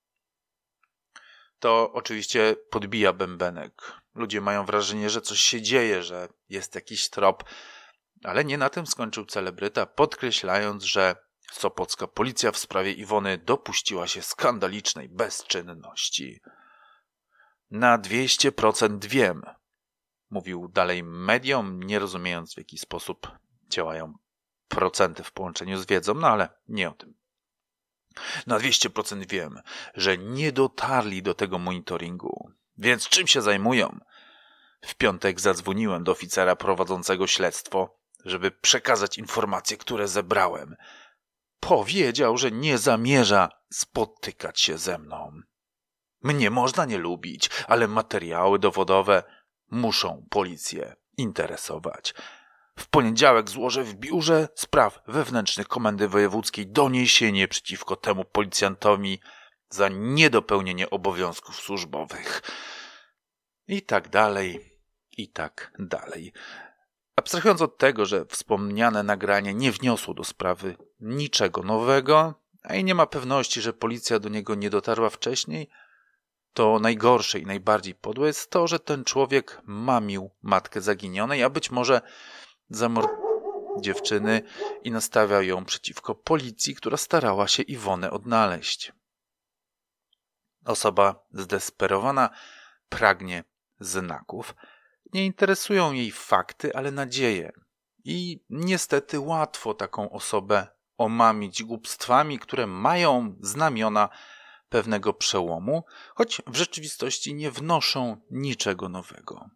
To oczywiście podbija bębenek. Ludzie mają wrażenie, że coś się dzieje, że jest jakiś trop, ale nie na tym skończył celebryta, podkreślając, że sopocka policja w sprawie Iwony dopuściła się skandalicznej bezczynności. Na 200% wiem, mówił dalej mediom, nie rozumiejąc, w jaki sposób działają procenty w połączeniu z wiedzą, no ale nie o tym. Na 200% wiem, że nie dotarli do tego monitoringu. Więc czym się zajmują? W piątek zadzwoniłem do oficera prowadzącego śledztwo, żeby przekazać informacje, które zebrałem. Powiedział, że nie zamierza spotykać się ze mną. Mnie można nie lubić, ale materiały dowodowe muszą policję interesować. W poniedziałek złożę w Biurze Spraw Wewnętrznych Komendy Wojewódzkiej doniesienie przeciwko temu policjantowi za niedopełnienie obowiązków służbowych. I tak dalej, i tak dalej. Abstrahując od tego, że wspomniane nagranie nie wniosło do sprawy niczego nowego, a i nie ma pewności, że policja do niego nie dotarła wcześniej, to najgorsze i najbardziej podłe jest to, że ten człowiek mamił matkę zaginionej, a być może zamordował dziewczyny i nastawiał ją przeciwko policji, która starała się Iwonę odnaleźć. Osoba zdesperowana pragnie znaków. Nie interesują jej fakty, ale nadzieje. I niestety łatwo taką osobę omamić głupstwami, które mają znamiona pewnego przełomu, choć w rzeczywistości nie wnoszą niczego nowego.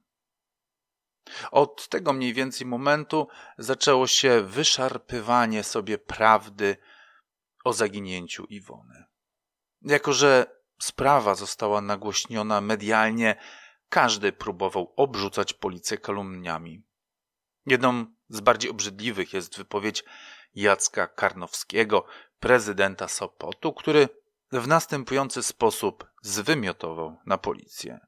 Od tego mniej więcej momentu zaczęło się wyszarpywanie sobie prawdy o zaginięciu Iwony. Jako że sprawa została nagłośniona medialnie, każdy próbował obrzucać policję kalumniami. Jedną z bardziej obrzydliwych jest wypowiedź Jacka Karnowskiego, prezydenta Sopotu, który w następujący sposób zwymiotował na policję.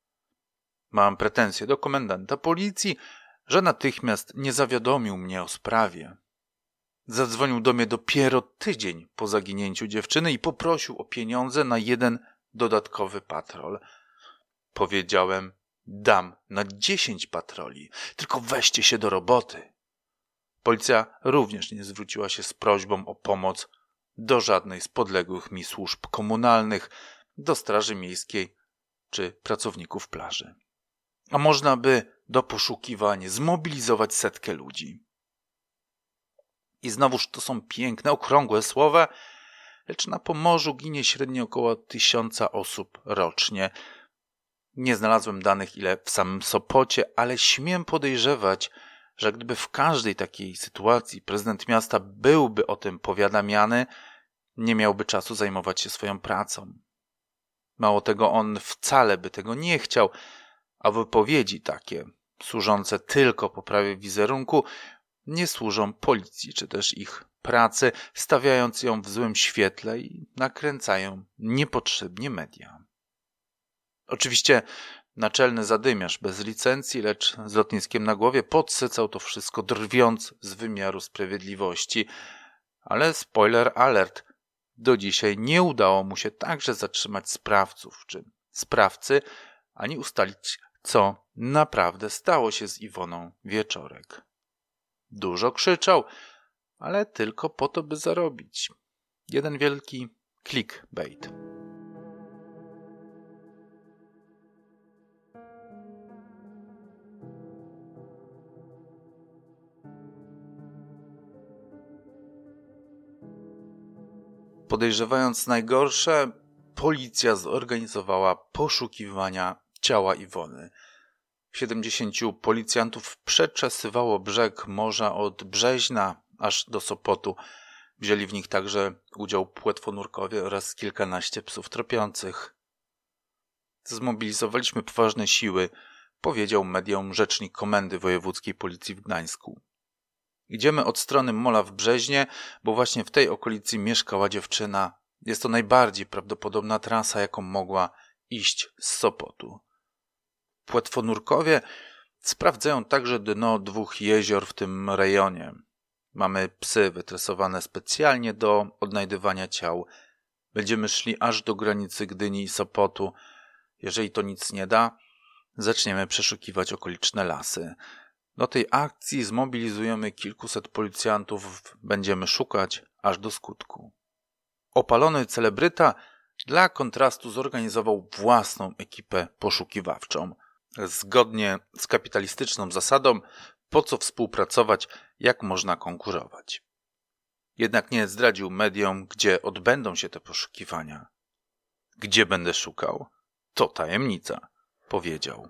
Mam pretensje do komendanta policji, że natychmiast nie zawiadomił mnie o sprawie. Zadzwonił do mnie dopiero tydzień po zaginięciu dziewczyny i poprosił o pieniądze na 1 dodatkowy patrol. Powiedziałem, dam na 10 patroli, tylko weźcie się do roboty. Policja również nie zwróciła się z prośbą o pomoc do żadnej z podległych mi służb komunalnych, do Straży Miejskiej czy pracowników plaży. A można by do poszukiwań zmobilizować 100 ludzi. I znowuż to są piękne, okrągłe słowa, lecz na Pomorzu ginie średnio około 1000 osób rocznie. Nie znalazłem danych, ile w samym Sopocie, ale śmiem podejrzewać, że gdyby w każdej takiej sytuacji prezydent miasta byłby o tym powiadamiany, nie miałby czasu zajmować się swoją pracą. Mało tego, on wcale by tego nie chciał, a wypowiedzi takie, służące tylko poprawie wizerunku, nie służą policji czy też ich pracy, stawiając ją w złym świetle i nakręcają niepotrzebnie media. Oczywiście naczelny zadymiarz bez licencji, lecz z lotniskiem na głowie podsycał to wszystko, drwiąc z wymiaru sprawiedliwości. Ale spoiler alert, do dzisiaj nie udało mu się także zatrzymać sprawców czy sprawcy, ani ustalić, co naprawdę stało się z Iwoną Wieczorek. Dużo krzyczał, ale tylko po to, by zarobić. Jeden wielki clickbait. Podejrzewając najgorsze, policja zorganizowała poszukiwania ciała Iwony. 70 policjantów przeczesywało brzeg morza od Brzeźna aż do Sopotu. Wzięli w nich także udział płetwonurkowie oraz kilkanaście psów tropiących. Zmobilizowaliśmy poważne siły, powiedział mediom rzecznik Komendy Wojewódzkiej Policji w Gdańsku. Idziemy od strony mola w Brzeźnie, bo właśnie w tej okolicy mieszkała dziewczyna. Jest to najbardziej prawdopodobna trasa, jaką mogła iść z Sopotu. Płetwonurkowie sprawdzają także dno 2 jezior w tym rejonie. Mamy psy wytresowane specjalnie do odnajdywania ciał. Będziemy szli aż do granicy Gdyni i Sopotu. Jeżeli to nic nie da, zaczniemy przeszukiwać okoliczne lasy. Do tej akcji zmobilizujemy kilkuset policjantów, będziemy szukać aż do skutku. Opalony celebryta dla kontrastu zorganizował własną ekipę poszukiwawczą. Zgodnie z kapitalistyczną zasadą, po co współpracować, jak można konkurować. Jednak nie zdradził mediom, gdzie odbędą się te poszukiwania. Gdzie będę szukał? To tajemnica, powiedział.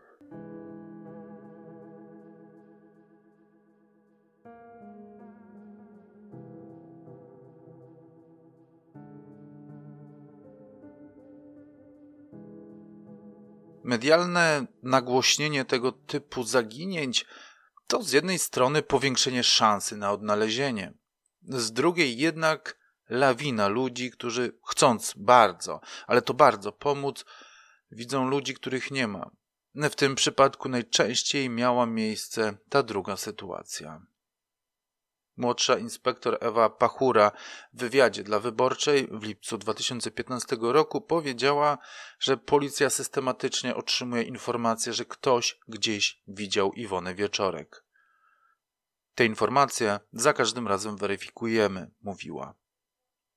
Medialne nagłośnienie tego typu zaginięć to z jednej strony powiększenie szansy na odnalezienie, z drugiej jednak lawina ludzi, którzy chcąc bardzo, ale to bardzo pomóc, widzą ludzi, których nie ma. W tym przypadku najczęściej miała miejsce ta druga sytuacja. Młodsza inspektor Ewa Pachura w wywiadzie dla Wyborczej w lipcu 2015 roku powiedziała, że policja systematycznie otrzymuje informacje, że ktoś gdzieś widział Iwonę Wieczorek. Te informacje za każdym razem weryfikujemy, mówiła.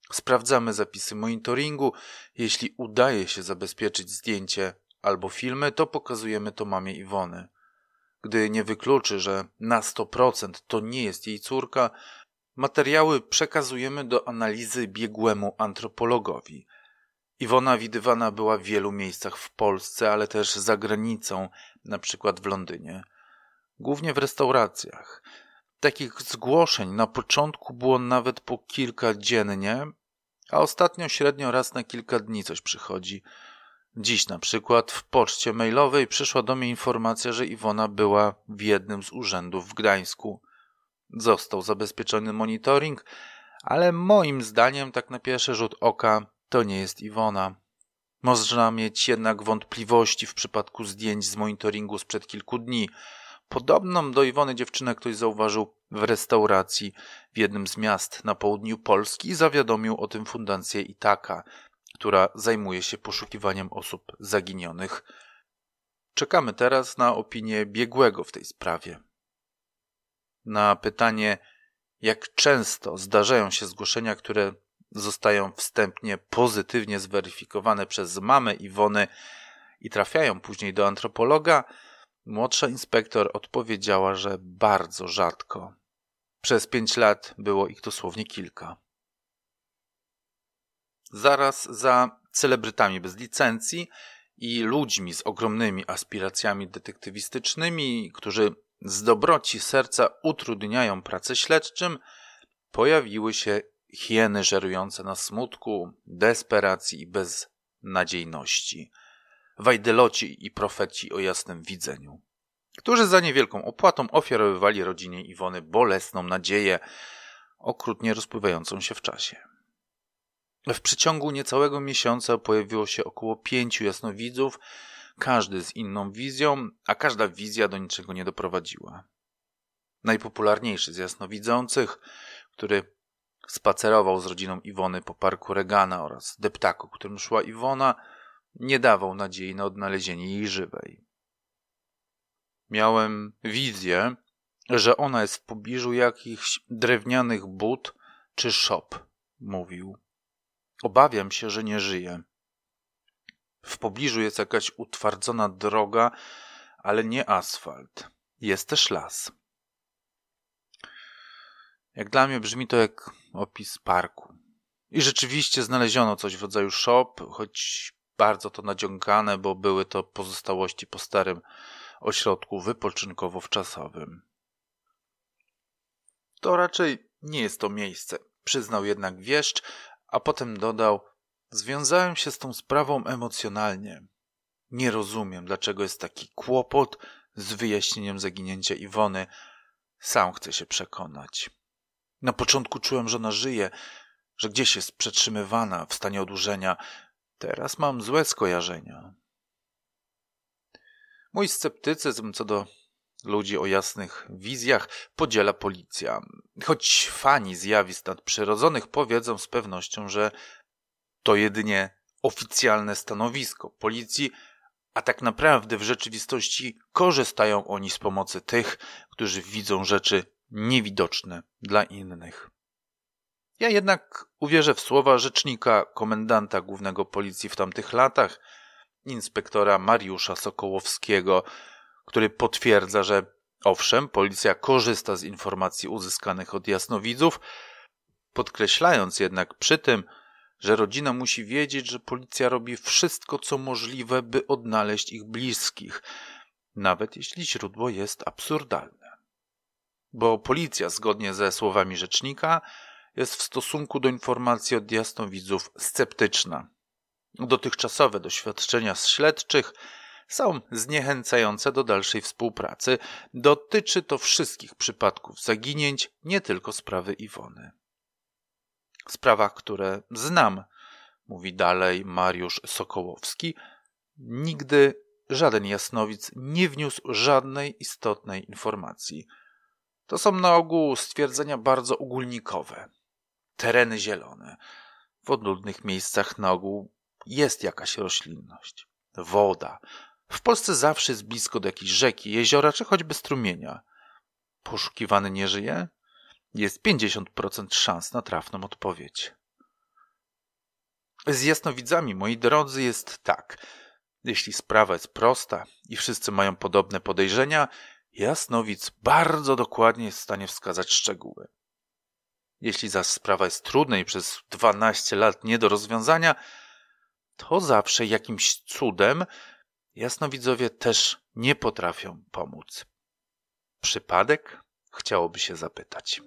Sprawdzamy zapisy monitoringu. Jeśli udaje się zabezpieczyć zdjęcie albo filmy, to pokazujemy to mamie Iwony. Gdy nie wykluczy, że na 100% to nie jest jej córka, materiały przekazujemy do analizy biegłemu antropologowi. Iwona widywana była w wielu miejscach w Polsce, ale też za granicą, na przykład w Londynie. Głównie w restauracjach. Takich zgłoszeń na początku było nawet po kilka dziennie, a ostatnio średnio raz na kilka dni coś przychodzi. Dziś na przykład w poczcie mailowej przyszła do mnie informacja, że Iwona była w jednym z urzędów w Gdańsku. Został zabezpieczony monitoring, ale moim zdaniem tak na pierwszy rzut oka to nie jest Iwona. Można mieć jednak wątpliwości w przypadku zdjęć z monitoringu sprzed kilku dni. Podobną do Iwony dziewczynę ktoś zauważył w restauracji w jednym z miast na południu Polski i zawiadomił o tym Fundację Itaka, która zajmuje się poszukiwaniem osób zaginionych. Czekamy teraz na opinię biegłego w tej sprawie. Na pytanie, jak często zdarzają się zgłoszenia, które zostają wstępnie pozytywnie zweryfikowane przez mamę Iwony i trafiają później do antropologa, młodsza inspektor odpowiedziała, że bardzo rzadko. Przez 5 lat było ich dosłownie kilka. Zaraz za celebrytami bez licencji i ludźmi z ogromnymi aspiracjami detektywistycznymi, którzy z dobroci serca utrudniają pracę śledczym, pojawiły się hieny żerujące na smutku, desperacji i beznadziejności. Wajdeloci i profeci o jasnym widzeniu, którzy za niewielką opłatą ofiarowywali rodzinie Iwony bolesną nadzieję, okrutnie rozpływającą się w czasie. W przeciągu niecałego miesiąca pojawiło się około 5 jasnowidzów, każdy z inną wizją, a każda wizja do niczego nie doprowadziła. Najpopularniejszy z jasnowidzących, który spacerował z rodziną Iwony po parku Regana oraz deptaku, którym szła Iwona, nie dawał nadziei na odnalezienie jej żywej. Miałem wizję, że ona jest w pobliżu jakichś drewnianych bud czy szop, mówił. Obawiam się, że nie żyje. W pobliżu jest jakaś utwardzona droga, ale nie asfalt. Jest też las. Jak dla mnie brzmi to jak opis parku. I rzeczywiście znaleziono coś w rodzaju szop, choć bardzo to nadziąkane, bo były to pozostałości po starym ośrodku wypoczynkowo-wczasowym. To raczej nie jest to miejsce, przyznał jednak wieszcz, a potem dodał: związałem się z tą sprawą emocjonalnie. Nie rozumiem, dlaczego jest taki kłopot z wyjaśnieniem zaginięcia Iwony. Sam chcę się przekonać. Na początku czułem, że ona żyje, że gdzieś jest przetrzymywana w stanie odurzenia. Teraz mam złe skojarzenia. Mój sceptycyzm co do ludzi o jasnych wizjach podziela policja. Choć fani zjawisk nadprzyrodzonych powiedzą z pewnością, że to jedynie oficjalne stanowisko policji, a tak naprawdę w rzeczywistości korzystają oni z pomocy tych, którzy widzą rzeczy niewidoczne dla innych. Ja jednak uwierzę w słowa rzecznika komendanta głównego policji w tamtych latach, inspektora Mariusza Sokołowskiego, który potwierdza, że owszem, policja korzysta z informacji uzyskanych od jasnowidzów, podkreślając jednak przy tym, że rodzina musi wiedzieć, że policja robi wszystko, co możliwe, by odnaleźć ich bliskich, nawet jeśli źródło jest absurdalne. Bo policja, zgodnie ze słowami rzecznika, jest w stosunku do informacji od jasnowidzów sceptyczna. Dotychczasowe doświadczenia śledczych są zniechęcające do dalszej współpracy. Dotyczy to wszystkich przypadków zaginięć, nie tylko sprawy Iwony. W sprawach, które znam, mówi dalej Mariusz Sokołowski, nigdy żaden jasnowic nie wniósł żadnej istotnej informacji. To są na ogół stwierdzenia bardzo ogólnikowe. Tereny zielone. W odludnych miejscach na ogół jest jakaś roślinność. Woda. W Polsce zawsze jest blisko do jakiejś rzeki, jeziora czy choćby strumienia. Poszukiwany nie żyje? Jest 50% szans na trafną odpowiedź. Z jasnowidzami, moi drodzy, jest tak. Jeśli sprawa jest prosta i wszyscy mają podobne podejrzenia, jasnowidz bardzo dokładnie jest w stanie wskazać szczegóły. Jeśli zaś sprawa jest trudna i przez 12 lat nie do rozwiązania, to zawsze jakimś cudem jasnowidzowie też nie potrafią pomóc. Przypadek? Chciałoby się zapytać.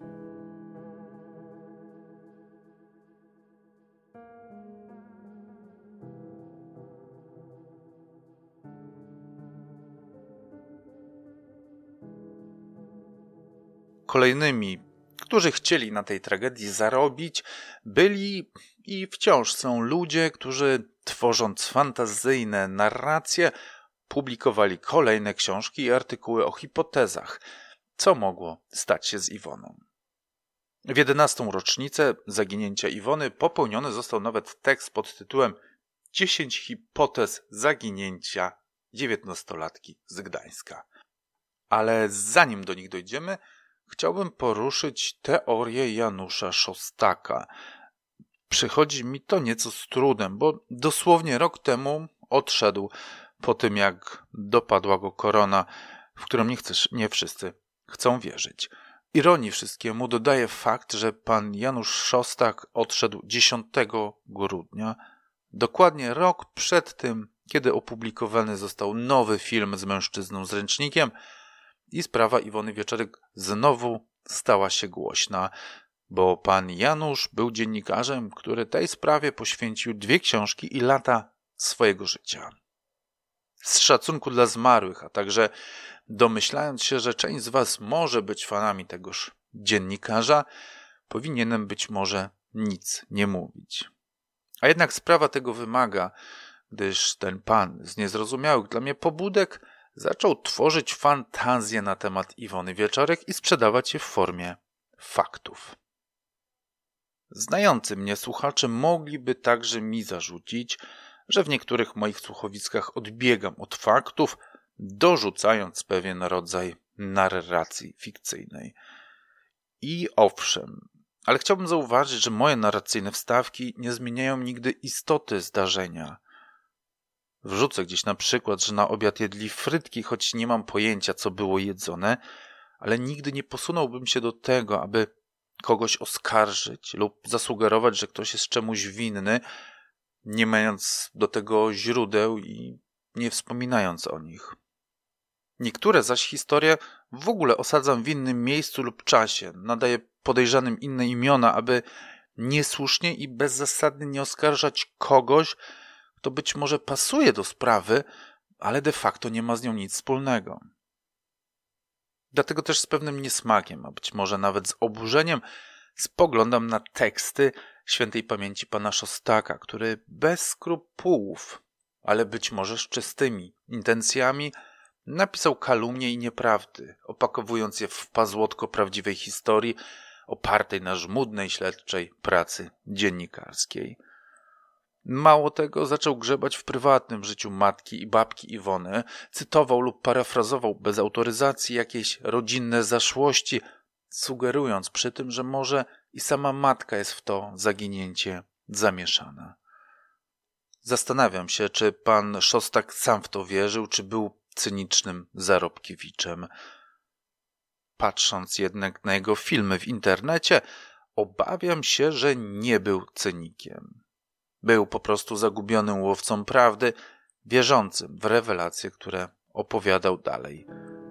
Kolejnymi, którzy chcieli na tej tragedii zarobić, byli i wciąż są ludzie, którzy tworząc fantazyjne narracje, publikowali kolejne książki i artykuły o hipotezach, co mogło stać się z Iwoną. W 11. rocznicę zaginięcia Iwony popełniony został nawet tekst pod tytułem 10 hipotez zaginięcia 19-latki z Gdańska. Ale zanim do nich dojdziemy, chciałbym poruszyć teorię Janusza Szostaka. Przychodzi mi to nieco z trudem, bo dosłownie rok temu odszedł po tym, jak dopadła go korona, w którą nie wszyscy chcą wierzyć. Ironii wszystkiemu dodaje fakt, że pan Janusz Szostak odszedł 10 grudnia, dokładnie rok przed tym, kiedy opublikowany został nowy film z mężczyzną z ręcznikiem i sprawa Iwony Wieczorek znowu stała się głośna, bo pan Janusz był dziennikarzem, który tej sprawie poświęcił 2 książki i lata swojego życia. Z szacunku dla zmarłych, a także domyślając się, że część z was może być fanami tegoż dziennikarza, powinienem być może nic nie mówić. A jednak sprawa tego wymaga, gdyż ten pan z niezrozumiałych dla mnie pobudek zaczął tworzyć fantazje na temat Iwony Wieczorek i sprzedawać je w formie faktów. Znający mnie słuchacze mogliby także mi zarzucić, że w niektórych moich słuchowiskach odbiegam od faktów, dorzucając pewien rodzaj narracji fikcyjnej. I owszem, ale chciałbym zauważyć, że moje narracyjne wstawki nie zmieniają nigdy istoty zdarzenia. Wrzucę gdzieś na przykład, że na obiad jedli frytki, choć nie mam pojęcia, co było jedzone, ale nigdy nie posunąłbym się do tego, aby kogoś oskarżyć lub zasugerować, że ktoś jest czemuś winny, nie mając do tego źródeł i nie wspominając o nich. Niektóre zaś historie w ogóle osadzam w innym miejscu lub czasie, nadaję podejrzanym inne imiona, aby niesłusznie i bezzasadnie nie oskarżać kogoś, kto być może pasuje do sprawy, ale de facto nie ma z nią nic wspólnego. Dlatego też z pewnym niesmakiem, a być może nawet z oburzeniem, spoglądam na teksty świętej pamięci pana Szostaka, który bez skrupułów, ale być może z czystymi intencjami, napisał kalumnie i nieprawdy, opakowując je w pazłotko prawdziwej historii, opartej na żmudnej śledczej pracy dziennikarskiej. Mało tego, zaczął grzebać w prywatnym życiu matki i babki Iwony, cytował lub parafrazował bez autoryzacji jakieś rodzinne zaszłości, sugerując przy tym, że może i sama matka jest w to zaginięcie zamieszana. Zastanawiam się, czy pan Szostak sam w to wierzył, czy był cynicznym zarobkiewiczem. Patrząc jednak na jego filmy w internecie, obawiam się, że nie był cynikiem. Był po prostu zagubionym łowcą prawdy, wierzącym w rewelacje, które opowiadał dalej.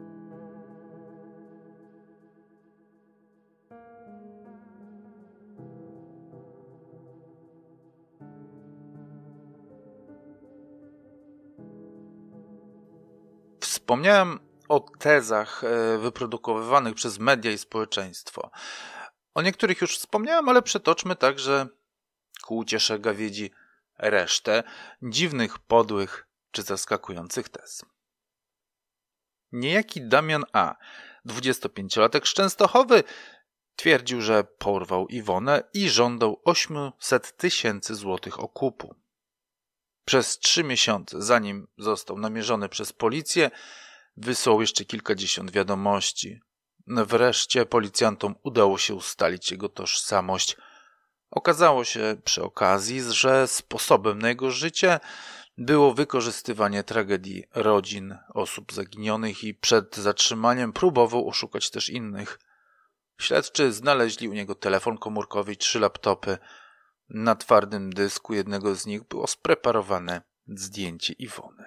Wspomniałem o tezach wyprodukowywanych przez media i społeczeństwo. O niektórych już wspomniałem, ale przytoczmy także ku uciesze gawiedzi resztę dziwnych, podłych czy zaskakujących tez. Niejaki Damian A., 25-latek z Częstochowy, twierdził, że porwał Iwonę i żądał 800 000 złotych okupu. Przez 3 miesiące, zanim został namierzony przez policję, wysłał jeszcze kilkadziesiąt wiadomości. Wreszcie policjantom udało się ustalić jego tożsamość. Okazało się przy okazji, że sposobem na jego życie było wykorzystywanie tragedii rodzin osób zaginionych i przed zatrzymaniem próbował oszukać też innych. Śledczy znaleźli u niego telefon komórkowy i 3 laptopy. Na twardym dysku jednego z nich było spreparowane zdjęcie Iwony.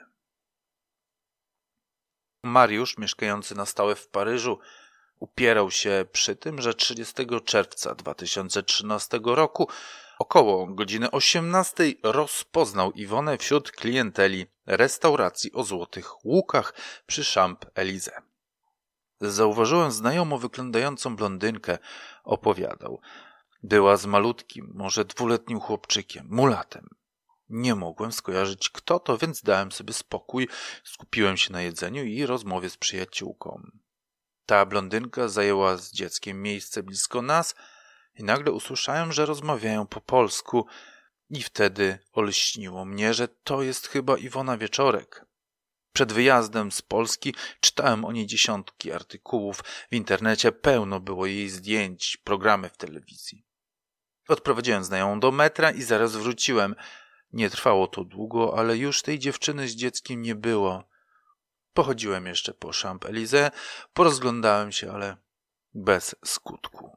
Mariusz, mieszkający na stałe w Paryżu, upierał się przy tym, że 30 czerwca 2013 roku około godziny 18 rozpoznał Iwonę wśród klienteli restauracji o Złotych Łukach przy Champs-Élysées. Zauważyłem znajomo wyglądającą blondynkę, opowiadał. Była z malutkim, może 2-letnim chłopczykiem, mulatem. Nie mogłem skojarzyć kto to, więc dałem sobie spokój, skupiłem się na jedzeniu i rozmowie z przyjaciółką. Ta blondynka zajęła z dzieckiem miejsce blisko nas i nagle usłyszałem, że rozmawiają po polsku i wtedy olśniło mnie, że to jest chyba Iwona Wieczorek. Przed wyjazdem z Polski czytałem o niej dziesiątki artykułów, w internecie pełno było jej zdjęć, programy w telewizji. Odprowadziłem znajomą do metra i zaraz wróciłem. Nie trwało to długo, ale już tej dziewczyny z dzieckiem nie było. Pochodziłem jeszcze po Champs-Élysées, porozglądałem się, ale bez skutku.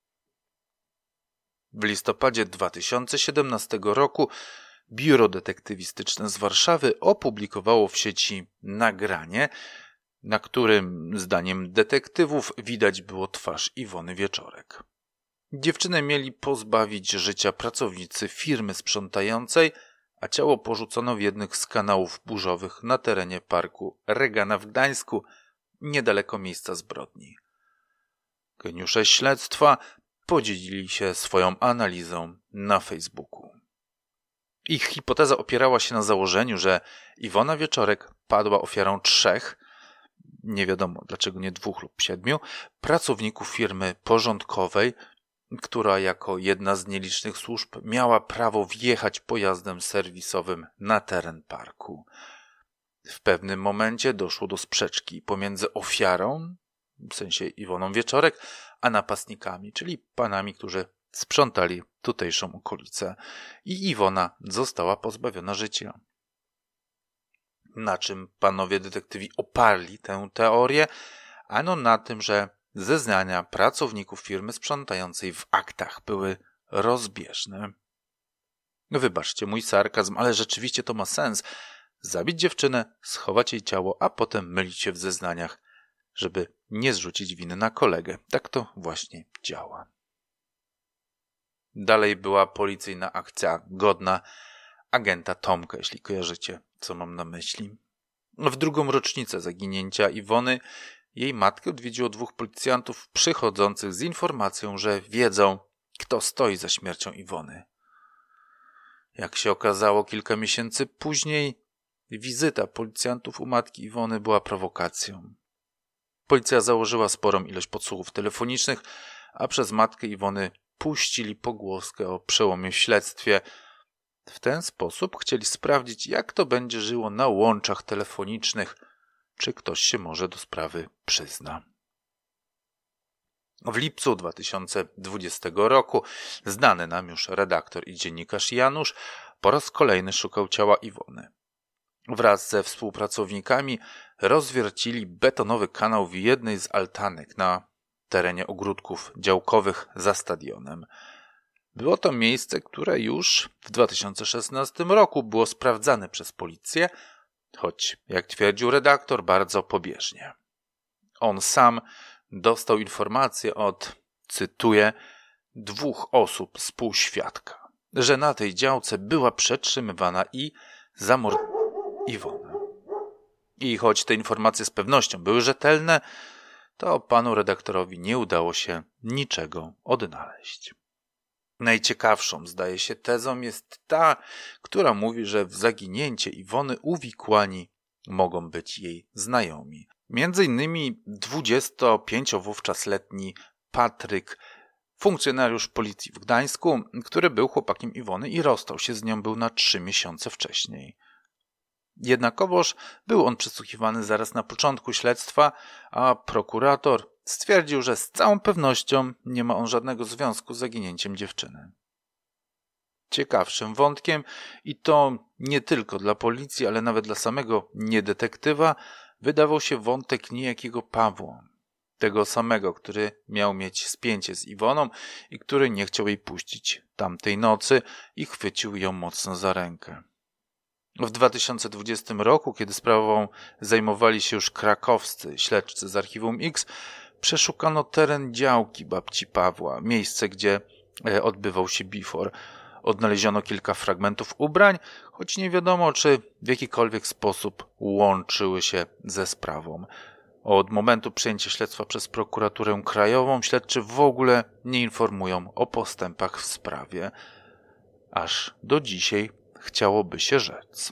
W listopadzie 2017 roku Biuro Detektywistyczne z Warszawy opublikowało w sieci nagranie, na którym, zdaniem detektywów, widać było twarz Iwony Wieczorek. Dziewczynę mieli pozbawić życia pracownicy firmy sprzątającej, a ciało porzucono w jednych z kanałów burzowych na terenie parku Regana w Gdańsku, niedaleko miejsca zbrodni. Geniusze śledztwa podzielili się swoją analizą na Facebooku. Ich hipoteza opierała się na założeniu, że Iwona Wieczorek padła ofiarą 3, nie wiadomo dlaczego nie 2 lub 7, pracowników firmy porządkowej, która jako jedna z nielicznych służb miała prawo wjechać pojazdem serwisowym na teren parku. W pewnym momencie doszło do sprzeczki pomiędzy ofiarą, w sensie Iwoną Wieczorek, a napastnikami, czyli panami, którzy sprzątali tutejszą okolicę i Iwona została pozbawiona życia. Na czym panowie detektywi oparli tę teorię? Ano na tym, że zeznania pracowników firmy sprzątającej w aktach były rozbieżne. Wybaczcie mój sarkazm, ale rzeczywiście to ma sens. Zabić dziewczynę, schować jej ciało, a potem mylić się w zeznaniach, żeby nie zrzucić winy na kolegę. Tak to właśnie działa. Dalej była policyjna akcja godna agenta Tomka, jeśli kojarzycie, co mam na myśli. W 2. rocznicę zaginięcia Iwony jej matkę odwiedziło 2 policjantów przychodzących z informacją, że wiedzą, kto stoi za śmiercią Iwony. Jak się okazało kilka miesięcy później, wizyta policjantów u matki Iwony była prowokacją. Policja założyła sporą ilość podsłuchów telefonicznych, a przez matkę Iwony puścili pogłoskę o przełomie w śledztwie. W ten sposób chcieli sprawdzić, jak to będzie żyło na łączach telefonicznych, czy ktoś się może do sprawy przyzna. W lipcu 2020 roku znany nam już redaktor i dziennikarz Janusz po raz kolejny szukał ciała Iwony. Wraz ze współpracownikami rozwiercili betonowy kanał w jednej z altanek na terenie ogródków działkowych za stadionem. Było to miejsce, które już w 2016 roku było sprawdzane przez policję, choć, jak twierdził redaktor, bardzo pobieżnie. On sam dostał informację od, cytuję, 2 osób współświadka, że na tej działce była przetrzymywana i zamordowana Iwona. I choć te informacje z pewnością były rzetelne, to panu redaktorowi nie udało się niczego odnaleźć. Najciekawszą, zdaje się, tezą jest ta, która mówi, że w zaginięcie Iwony uwikłani mogą być jej znajomi. Między innymi 25-wówczas-letni Patryk, funkcjonariusz policji w Gdańsku, który był chłopakiem Iwony i rozstał się z nią był na 3 miesiące wcześniej. Jednakowoż był on przesłuchiwany zaraz na początku śledztwa, a prokurator stwierdził, że z całą pewnością nie ma on żadnego związku z zaginięciem dziewczyny. Ciekawszym wątkiem, i to nie tylko dla policji, ale nawet dla samego niedetektywa, wydawał się wątek niejakiego Pawła. Tego samego, który miał mieć spięcie z Iwoną i który nie chciał jej puścić tamtej nocy i chwycił ją mocno za rękę. W 2020 roku, kiedy sprawą zajmowali się już krakowscy śledczy z Archiwum X, przeszukano teren działki babci Pawła, miejsce, gdzie odbywał się bifor. Odnaleziono kilka fragmentów ubrań, choć nie wiadomo, czy w jakikolwiek sposób łączyły się ze sprawą. Od momentu przejęcia śledztwa przez prokuraturę krajową śledczy w ogóle nie informują o postępach w sprawie. Aż do dzisiaj chciałoby się rzec.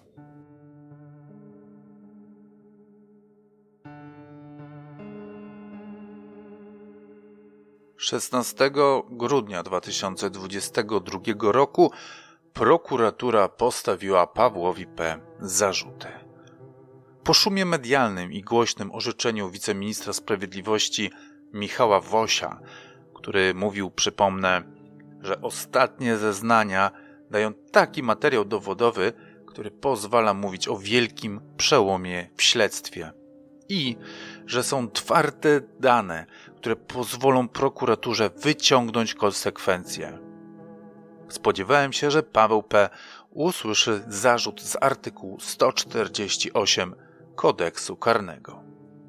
Szesnastego grudnia 2022 roku prokuratura postawiła Pawłowi P. zarzuty. Po szumie medialnym i głośnym orzeczeniu wiceministra sprawiedliwości Michała Wosia, który mówił, przypomnę, że ostatnie zeznania dają taki materiał dowodowy, który pozwala mówić o wielkim przełomie w śledztwie i że są twarde dane, które pozwolą prokuraturze wyciągnąć konsekwencje. Spodziewałem się, że Paweł P. usłyszy zarzut z artykułu 148 Kodeksu Karnego.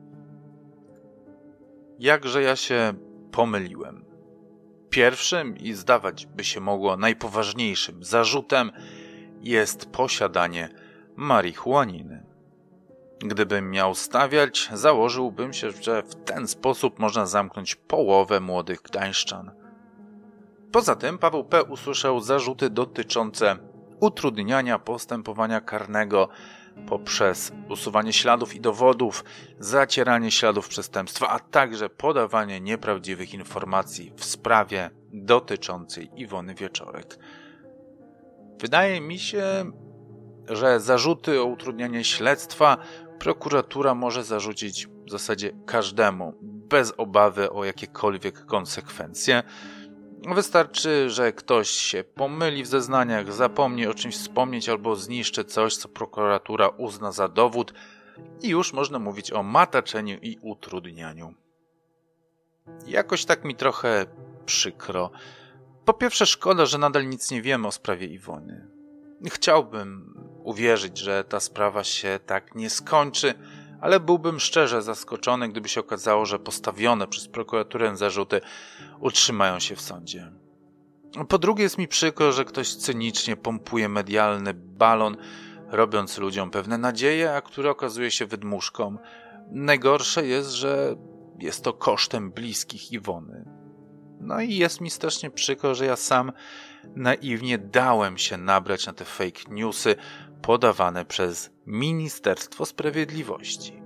Jakże ja się pomyliłem. Pierwszym i zdawać by się mogło najpoważniejszym zarzutem jest posiadanie marihuaniny. Gdybym miał stawiać, założyłbym się, że w ten sposób można zamknąć połowę młodych gdańszczan. Poza tym Paweł P. usłyszał zarzuty dotyczące utrudniania postępowania karnego poprzez usuwanie śladów i dowodów, zacieranie śladów przestępstwa, a także podawanie nieprawdziwych informacji w sprawie dotyczącej Iwony Wieczorek. Wydaje mi się, że zarzuty o utrudnianie śledztwa prokuratura może zarzucić w zasadzie każdemu, bez obawy o jakiekolwiek konsekwencje. Wystarczy, że ktoś się pomyli w zeznaniach, zapomni o czymś wspomnieć albo zniszczy coś, co prokuratura uzna za dowód i już można mówić o mataczeniu i utrudnianiu. Jakoś tak mi trochę przykro. Po pierwsze, szkoda, że nadal nic nie wiemy o sprawie Iwony. Chciałbym uwierzyć, że ta sprawa się tak nie skończy, ale byłbym szczerze zaskoczony, gdyby się okazało, że postawione przez prokuraturę zarzuty utrzymają się w sądzie. Po drugie, jest mi przykro, że ktoś cynicznie pompuje medialny balon, robiąc ludziom pewne nadzieje, a który okazuje się wydmuszką. Najgorsze jest, że jest to kosztem bliskich Iwony. No i jest mi strasznie przykro, że ja sam naiwnie dałem się nabrać na te fake newsy podawane przez Ministerstwo Sprawiedliwości.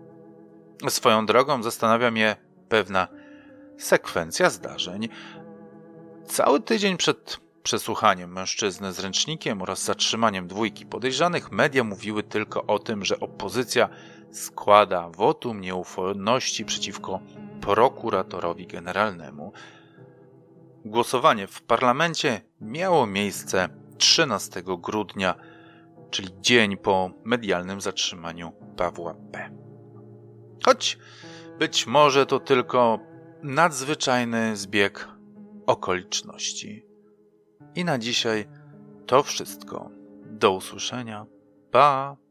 Swoją drogą zastanawia mnie pewna sekwencja zdarzeń. Cały tydzień przed przesłuchaniem mężczyzny z ręcznikiem oraz zatrzymaniem dwójki podejrzanych media mówiły tylko o tym, że opozycja składa wotum nieufności przeciwko prokuratorowi generalnemu. Głosowanie w parlamencie miało miejsce 13 grudnia, czyli dzień po medialnym zatrzymaniu Pawła P. Choć być może to tylko nadzwyczajny zbieg okoliczności. I na dzisiaj to wszystko. Do usłyszenia. Pa!